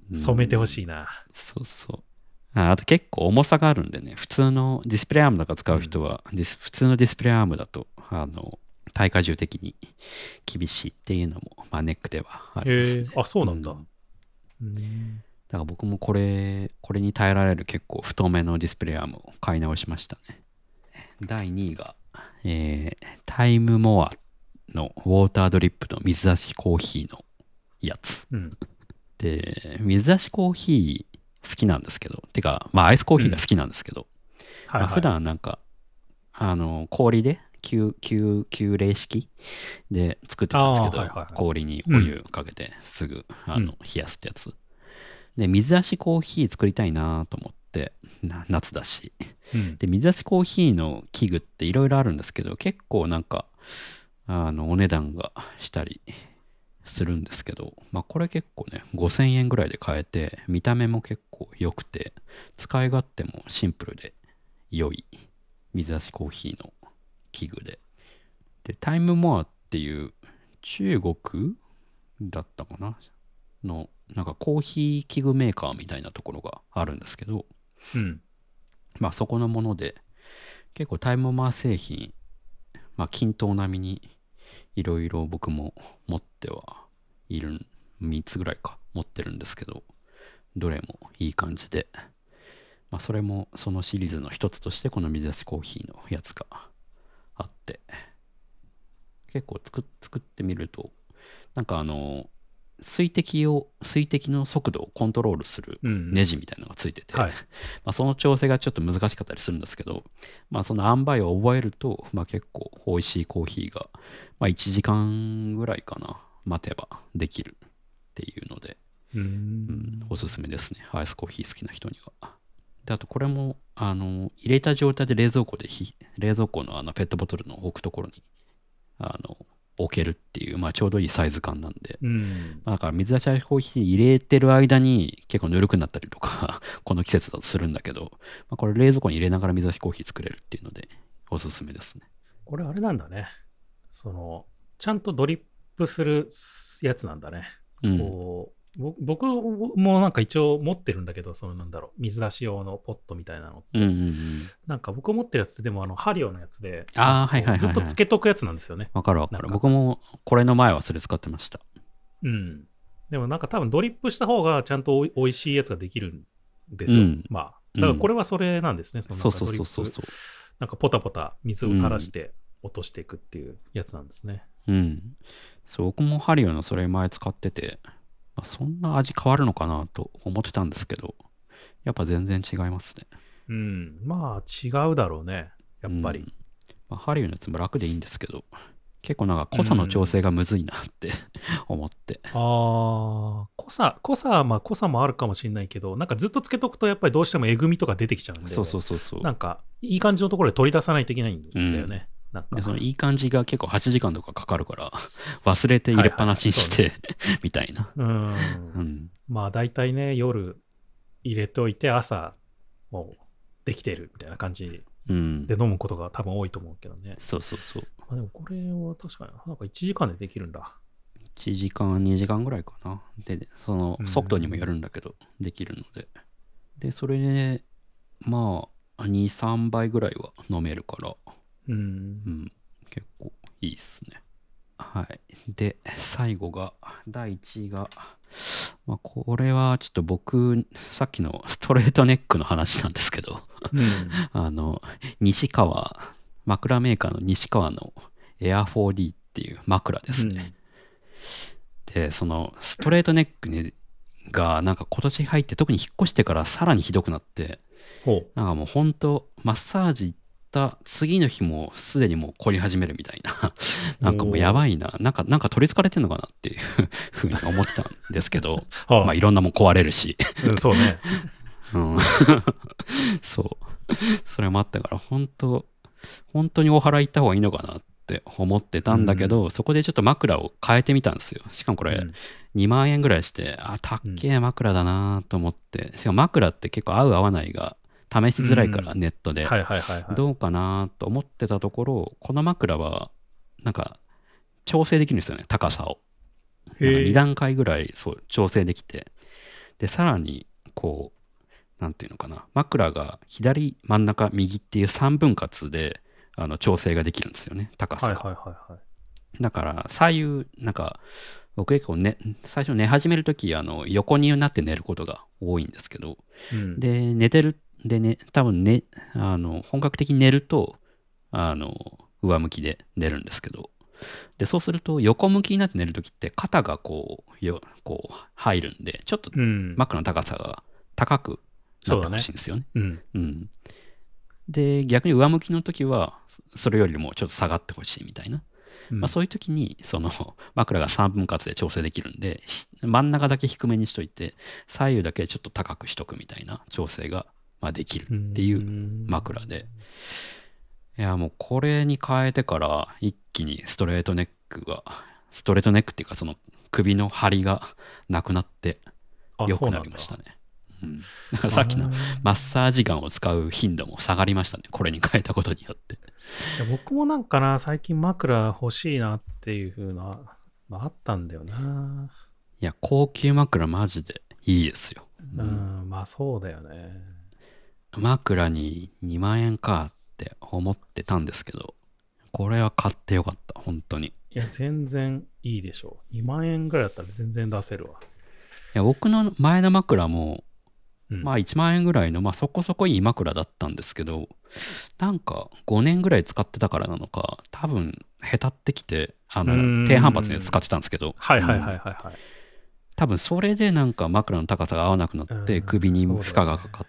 染めてほしいな。 そうそう。あと結構重さがあるんでね、普通のディスプレイアームとか使う人は、普通のディスプレイアームだと、耐荷重的に厳しいっていうのも、まあ、ネックではありますね。 あ、そうなんだ。 だから僕もこれに耐えられる結構太めのディスプレイアームを買い直しましたね。第2位が、タイムモアのウォータードリップの水出しコーヒーのやつ。で、水出しコーヒー好きなんですけど、てか、まあアイスコーヒーが好きなんですけど、普段なんか、氷で、急冷式で作ってたんですけど、氷にお湯かけてすぐ冷やすってやつ。で、水出しコーヒー作りたいなと思って、夏だし。で、水出しコーヒーの器具っていろいろあるんですけど、結構なんか、お値段がしたりするんですけど、まあこれ結構ね、5000円ぐらいで買えて、見た目も結構良くて、使い勝手もシンプルで良い水出しコーヒーの器具で。で、タイムモアっていう中国だったかなの、なんかコーヒー器具メーカーみたいなところがあるんですけど、まあそこのもので、結構タイムモア製品、まあ均等並みにいろいろ僕も持ってはいる、3つぐらいか持ってるんですけど、どれもいい感じで、まあそれもそのシリーズの一つとしてこの水出しコーヒーのやつがあって、結構作ってみると、なんか水滴の速度をコントロールするネジみたいなのがついてて、まあその調整がちょっと難しかったりするんですけど、まあその塩梅を覚えると、まあ結構美味しいコーヒーが、まあ1時間ぐらいかな、待てばできるっていうので、おすすめですね。アイスコーヒー好きな人には。で、あとこれも、入れた状態で冷蔵庫のペットボトルの置くところに、置けるっていう、まあちょうどいいサイズ感なんで、まあ、だから水出しコーヒー入れてる間に結構ぬるくなったりとかこの季節だとするんだけど、まあ、これ冷蔵庫に入れながら水出しコーヒー作れるっていうのでおすすめですね。 これあれなんだね。ちゃんとドリップするやつなんだね。こう僕もなんか一応持ってるんだけど、水出し用のポットみたいなのって。なんか僕持ってるやつってでもハリオのやつで、ずっとつけとくやつなんですよね。 わかる。僕もこれの前はそれ使ってました。 でもなんか多分ドリップした方がちゃんとおいしいやつができるんですよ。まあ。だからこれはそれなんですね。 そう。 なんかポタポタ水を垂らして落としていくっていうやつなんですね。 そう、僕もハリオのそれ前使ってて、まあ、そんな味変わるのかなと思ってたんですけど、やっぱ全然違いますね。 まあ違うだろうね、やっぱり。 まあ、ハリウのやつも楽でいいんですけど、結構なんか濃さの調整がむずいなって思って。 濃さもあるかもしれないけど、なんかずっとつけとくとやっぱりどうしてもえぐみとか出てきちゃうんで、なんかいい感じのところで取り出さないといけないんだよね。 でそのいい感じが結構8時間とかかかるから忘れて入れっぱなしにしてみたいな。 まあ大体ね、夜入れておいて朝もうできてるみたいな感じで飲むことが多分多いと思うけどね。 そう。 まあ、でもこれは確かになんか1時間でできるんだ。 1時間2時間ぐらいかな。でその速度にもよるんだけどできるので、でそれでまあ2、3杯ぐらいは飲めるから結構いいっすね。はい。で、最後が、第1位が、まあ、これはちょっと僕、さっきのストレートネックの話なんですけど、西川、枕メーカーの西川の Air4D っていう枕ですね。で、そのストレートネックが、なんか今年入って特に引っ越してからさらにひどくなって、なんかもう本当マッサージ次の日もすでにもう凝り始めるみたいななんかもうやばいな、なんか取りつかれてんのかなっていうふうに思ってたんですけどまあいろんなもん壊れるしそうねそうそれもあったから本当にお祓い行った方がいいのかなって思ってたんだけど、そこでちょっと枕を変えてみたんですよ。しかもこれ2万円ぐらいして、たっけえ枕だなと思って、しかも枕って結構合う合わないが試しづらいからネットでどうかなと思ってたところ、この枕はなんか調整できるんですよね、高さを。2段階ぐらいそう調整できて、 で、さらに、こう、なんていうのかな、枕が左、真ん中、右っていう3分割で、調整ができるんですよね、高さが。 はいはいはいはい。 だから、左右、なんか、僕結構ね、最初寝始めるとき、横になって寝ることが多いんですけど、 うん。 で、寝てる、でね、多分ね、本格的に寝ると、上向きで寝るんですけど、で、そうすると、横向きになって寝るときって、肩がこう入るんで、ちょっとうん。 枕の高さが高くなってそうだね。 ほしいんですよね。 うん。 うん。で、逆に上向きのときは、それよりもちょっと下がってほしいみたいな。まあ、 うん。 そういう時にその枕が3分割で調整できるんで、真ん中だけ低めにしといて左右だけちょっと高くしとくみたいな調整がまあできるっていう枕で、いやもうこれに変えてから一気にストレートネックっていうかその首の張りがなくなってあ、 良くなそうなんだ。 りましたね。うん、だからさっきのマッサージガンを使う頻度も下がりましたね、これに変えたことによって。 いや僕もなんかな、最近枕欲しいなっていう風な、あったんだよな。 いや高級枕マジでいいですよ。 うん、まあそうだよね。 枕に2万円かって思ってたんですけど、これは買ってよかった、本当に。いいや、全然いいでしょう。2万円ぐらいだったら全然出せるわ。 や僕の前の枕も、 うん。 まあ1万円ぐらいの、まあそこそこいい枕だったんですけど、なんか5年ぐらい使ってたからなのか、多分へたってきて、低反発で使ってたんですけど、 はいはいはいはいはい。 多分それでなんか枕の高さが合わなくなっうん、 て、首に負荷がかかって、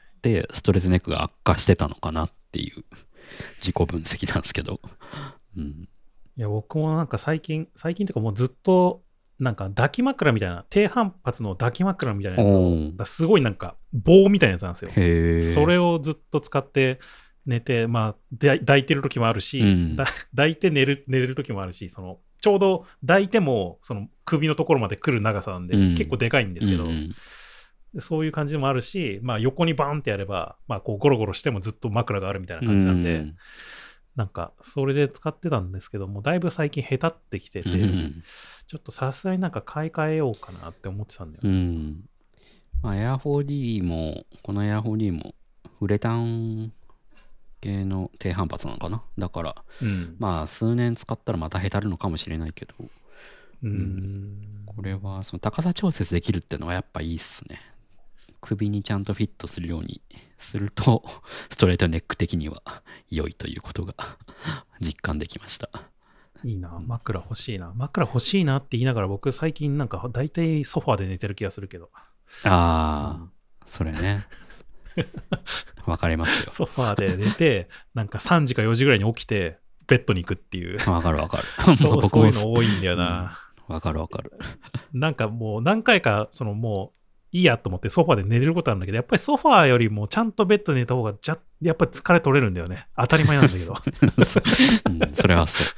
ストレートネックが悪化してたのかなっていう自己分析なんですけど。うん、 いや、僕もなんか最近というかもうずっと、なんか抱き枕みたいな、低反発の抱き枕みたいなやつを、すごいなんか棒みたいなやつなんですよ。それをずっと使って寝て、まあ、抱いてる時もあるし、抱いて寝れる時もあるし、その、ちょうど抱いても、その首のところまで来る長さなんで、結構でかいんですけど、そういう感じもあるし、まあ横にバーンってやれば、まあこうゴロゴロしてもずっと枕があるみたいな感じなんで、なんかそれで使ってたんですけども、だいぶ最近へたってきてて、ちょっとさすがになんか買い替えようかなって思ってたんだよね。 まあ、エア 4D も、このエア 4D もウレタン系の低反発なのかな。だから、まあ数年使ったらまたへたるのかもしれないけど、これはその高さ調節できるってのはやっぱいいっすね。首にちゃんとフィットするようにするとストレートネック的には良いということが実感できました。 いいな、枕欲しいな。枕欲しいなって言いながら僕最近なんか大体ソファーで寝てる気がするけど。 それね。わかりますよ。 ソファーで寝て、なんか3時か4時ぐらいに起きてベッドに行くっていう。 わかるわかる。 そういうの多いんだよな。 わかるわかる。 なんかもう何回かそのもういいやと思ってソファーで寝れることあるんだけど、やっぱりソファーよりもちゃんとベッドで寝た方がやっぱり疲れ取れるんだよね。当たり前なんだけど。 それはそう。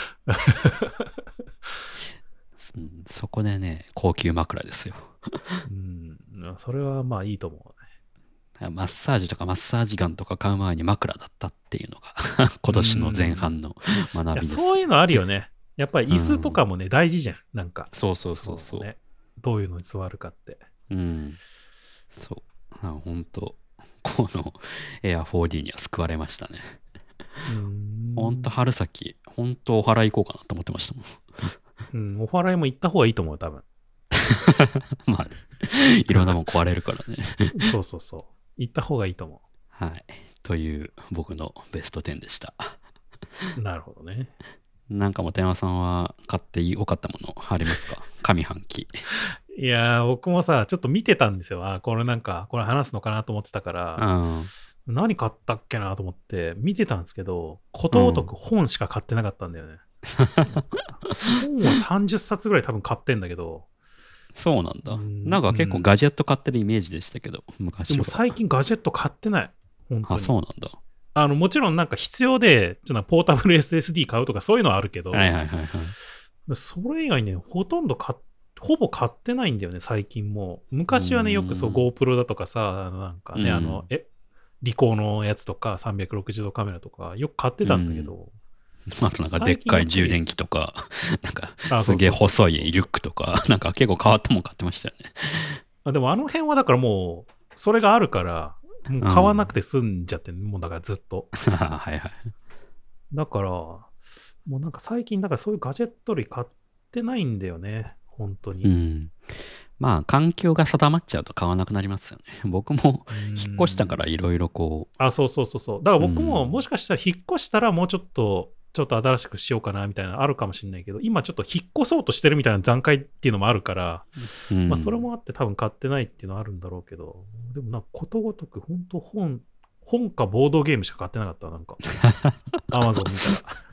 そこでね、高級枕ですよ。 それはまあいいと思うね。マッサージとかマッサージガンとか買う前に枕だったっていうのが今年の前半の学びです。 そういうのあるよね。やっぱり椅子とかもね、大事じゃん。なんか。 そう、 ね。どういうのに座るかって。 そう。本当この Air4D には救われましたね。本当春先、本当お祓い行こうかなと思ってましたもん。 お祓いも行った方がいいと思う、多分。 まあ、いろんなもん壊れるからね。 そう。行った方がいいと思う。はい。という僕のベスト10でした。 なるほどね。 なんか本山さんは買って良かったものありますか？上半期。 いやー、僕もさ、ちょっと見てたんですよ。これ話すのかなと思ってたから、何買ったっけなと思って見てたんですけど、ことごとく本しか買ってなかったんだよね。本は30冊ぐらい多分買ってんだけど。 そうなんだ。なんか結構ガジェット買ってるイメージでしたけど、昔は。 でも最近ガジェット買ってない。本当に。 そうなんだ。 もちろんなんか必要で、ちょっとポータブル SSD 買うとかそういうのはあるけど、それ以外ね、ほぼ買ってないんだよね、最近もう。昔はね、よくそう GoPro だとかさ、なんかね、リコーのやつとか360度カメラとかよく買ってたんだけど。 あとなんかでっかい充電器とか、なんかすげえ細いリュックとか、なんか結構変わったもん買ってましたよね。 でもあの辺はだからもう、それがあるから、もう買わなくて済んじゃって、もうだからずっと。 はいはい。 だから、もうなんか最近、だからそういうガジェット類買ってないんだよね。本当に。 うん。まあ、環境が定まっちゃうと買わなくなりますよね。僕も引っ越したからいろいろこう。 そうそうそうそう。だから僕ももしかしたら引っ越したらもうちょっと新しくしようかなみたいなのあるかもしれないけど、今ちょっと引っ越そうとしてるみたいな段階っていうのもあるから、まあそれもあって多分買ってないっていうのはあるんだろうけど、でもなんかことごとく本当本かボードゲームしか買ってなかった、なんか。アマゾン見たら。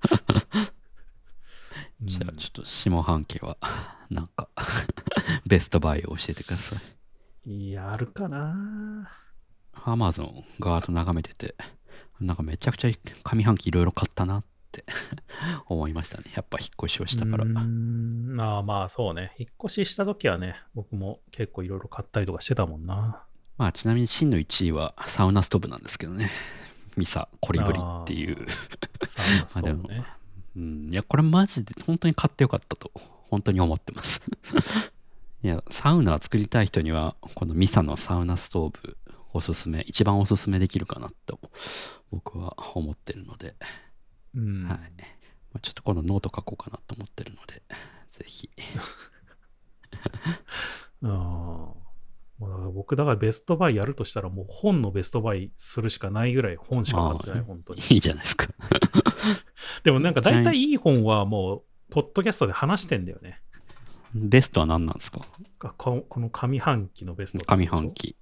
じゃあちょっと下半期はなんかベストバイを教えてください。 いや、あるかな。 アマゾンガード眺めてて、なんかめちゃくちゃ上半期いろいろ買ったなって思いましたね。やっぱ引っ越しをしたから。 まあそうね。引っ越しした時はね、僕も結構いろいろ買ったりとかしてたもんな。 まあちなみに真の1位はサウナストーブなんですけどね。ミサコリブリっていうサウナストーブね。 いやこれマジで本当に買ってよかったと本当に思ってますいやサウナ作りたい人にはこのミサのサウナストーブ一番おすすめできるかなと僕は思ってるので、はい、ちょっとこのノート書こうかなと思ってるのでぜひ僕だからベストバイやるとしたらもう本のベストバイするしかないぐらい本しか買ってない、本当に。 いいじゃないですかでもなんか大体いい本はもうポッドキャストで話してんだよね。 ベストは何なんですか？ この上半期のベスト。 上半期。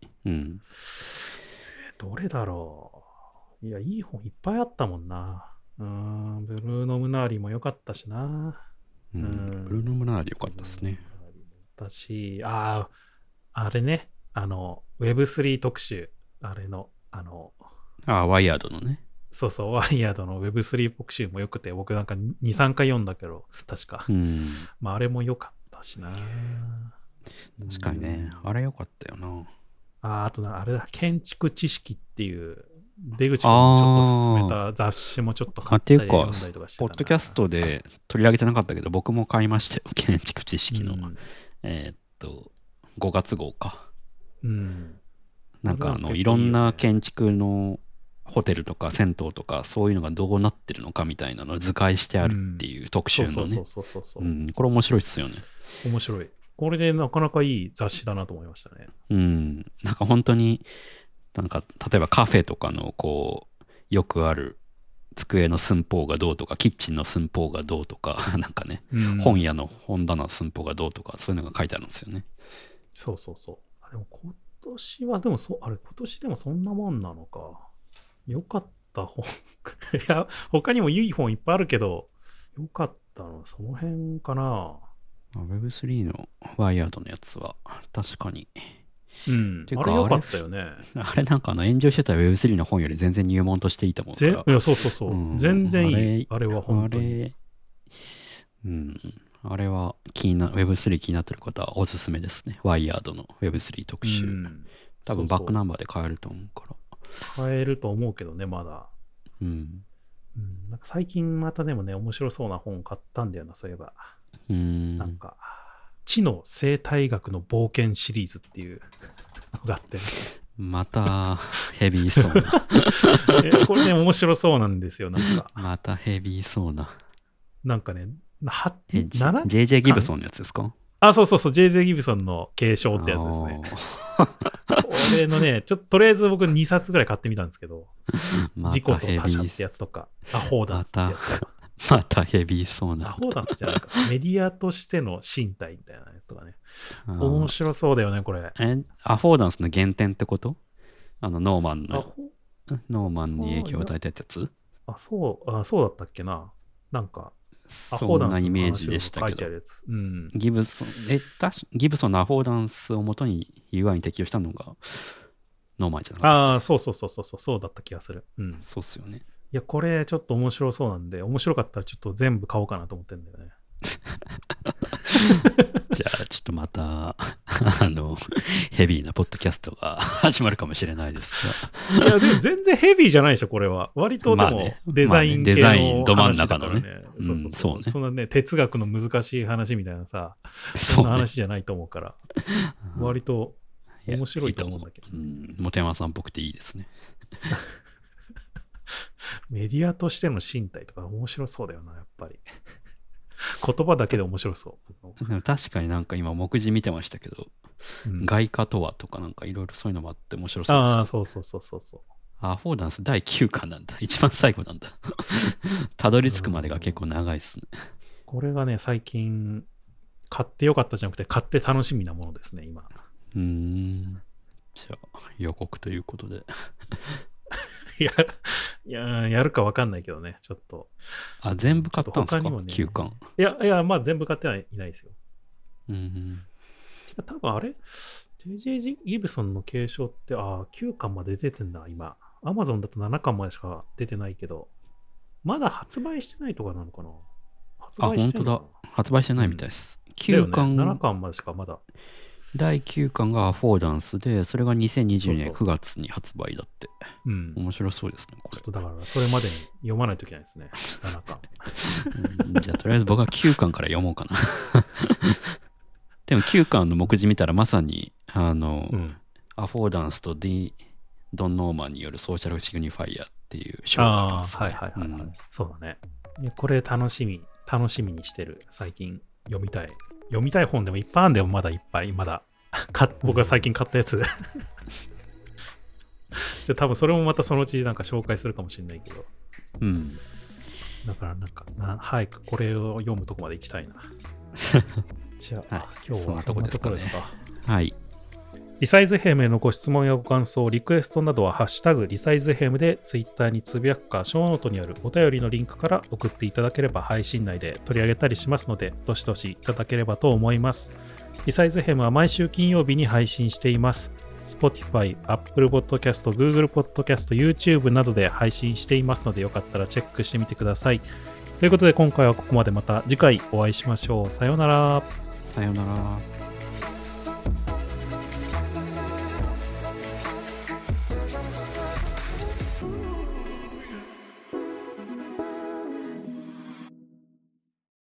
どれだろう。いや、いい本いっぱいあったもんな。ブルーノ・ムナーリも良かったしな。 ブルーノ・ムナーリ良かったですね。 だし、あれね、Web3 特集、あれの、 ワイヤードのね。 そうそう、ワイヤードの Web3 特集も良くて、僕なんか2、3回読んだけど、確か。まあ、あれも良かったしな。 確かにね、あれ良かったよな。 あとあれだ、建築知識っていう、出口君もちょっと勧めた雑誌もちょっと買ったり読んだりとかしてたな。 ポッドキャストで取り上げてなかったけど、僕も買いましたよ、建築知識の。5月号か。なんかいろんな建築のホテルとか銭湯とかそういうのがどうなってるのかみたいなのを図解してあるっていう特集のね。これ面白いっすよね。 面白い。これでなかなかいい雑誌だなと思いましたね。 なんか本当になんか例えばカフェとかのこうよくある机の寸法がどうとかキッチンの寸法がどうとかなんかね、本屋の本棚の寸法がどうとかそういうのが書いてあるんですよね。 そうそうそう。でも今年はでも今年でもそんなもんなのか。よかった本。いや、他にもいい本いっぱいあるけど、よかったのその辺かな。 Web3 のワイヤードのやつは確かに。 ていうかあれよかったよね。 あれなんか炎上してた Web3 の本より全然入門としていいと思うから。 いや、そうそうそう。全然いい。あれは本当に。 あれはWeb3 気になってる方はおすすめですね。ワイヤードの Web3 特集。多分バックナンバーで買えると思うから。 買えると思うけどね、まだ。なんか最近またでもね、面白そうな本買ったんだよな、そういえば。なんか、知の生態学の冒険シリーズっていうのがあって、ね。 またヘビーそうな。これね、面白そうなんですよ、なんか。 またヘビーそうな。 なんかね、 JJ ギブソンのやつですか？ そうそうそう、JJ ギブソンの継承ってやつですね。これのね、とりあえず僕2冊ぐらい買ってみたんですけど、自己と他者ってやつとか、アホーダンスってやつとか。 またヘビーそうな。 アホーダンスじゃないか。メディアとしての身体みたいなやつとかね。面白そうだよね、これ。 アフォーダンスの原点ってこと？ノーマンに影響を与えたやつ？ そうだったっけな。なんか、 そんなイメージでしたけど。ギブソンのアフォーダンスをもとに UI に適用したのがノーマンじゃなかったっけ？ そうだった気がする。 そうっすよね。 いや、これちょっと面白そうなんで、面白かったらちょっと全部買おうかなと思ってるんだよね。 じゃあ、ちょっとまた、 ヘビーなポッドキャストが始まるかもしれないですが。 いや、でも全然ヘビーじゃないでしょ、これは。割とでもまあねデザイン系デザインのど真ん話だから中のね。 そうそうそう。 そうね。 そんなね、哲学の難しい話みたいなさ、そんなそうね。 話じゃないと思うから、割と面白いと思うんだけど。 本山さんっぽくていいですね。 メディアとしての身体とか面白そうだよな、やっぱり。言葉だけで面白そう。 でも確かになんか今目次見てましたけど、外貨とはとかなんかいろいろそういうのもあって面白そうです。 ああ、そうそうそうそうそう。 アフォーダンス第9巻なんだ。一番最後なんだ。たどり着くまでが結構長いっすね。 これがね、最近買ってよかったじゃなくて買って楽しみなものですね、今。 じゃあ予告ということで。 やるか分かんないけどね、ちょっと。 全部買ったんですか、 他にもね、 9巻。 いや、まあ全部買ってはいないですよ。多分あれ ?JJ ギブソンの継承って、9巻まで出てんだ、今。Amazon だと7巻までしか出てないけど、まだ発売してないとかなのかな。 本当だ。発売してないみたいです。 9巻、7巻までしかまだ。 第9巻がアフォーダンスで、それが2020年9月に発売だって。面白そうですね、これ。 ちょっとだから、それまでに読まないといけないですね、7巻。 じゃあ、とりあえず僕は9巻から読もうかな。でも9巻の目次見たら、まさに、アフォーダンスとドン・ノーマンによるソーシャルシグニファイアっていう章がありますね。 そうだね。これ楽しみにしてる。最近読みたい本でもいっぱいあるんだよ、まだいっぱい。まだ。僕が最近買ったやつ。じゃあ多分それもまたそのうちなんか紹介するかもしれないけど。だからなんか早くこれを読むとこまで行きたいな。じゃあ、今日はそんなとこですかね。 はい。 リサイズヘムへのご質問やご感想、リクエストなどはハッシュタグリサイズヘムでツイッターにつぶやくか、ショーノートにあるお便りのリンクから送っていただければ配信内で取り上げたりしますので、どしどしいただければと思います。リサイズヘムは毎週金曜日に配信しています。Spotify、Apple Podcast、Google Podcast、YouTube などで配信していますので、よかったらチェックしてみてください。ということで今回はここまで。また次回お会いしましょう。さようなら。 さようなら。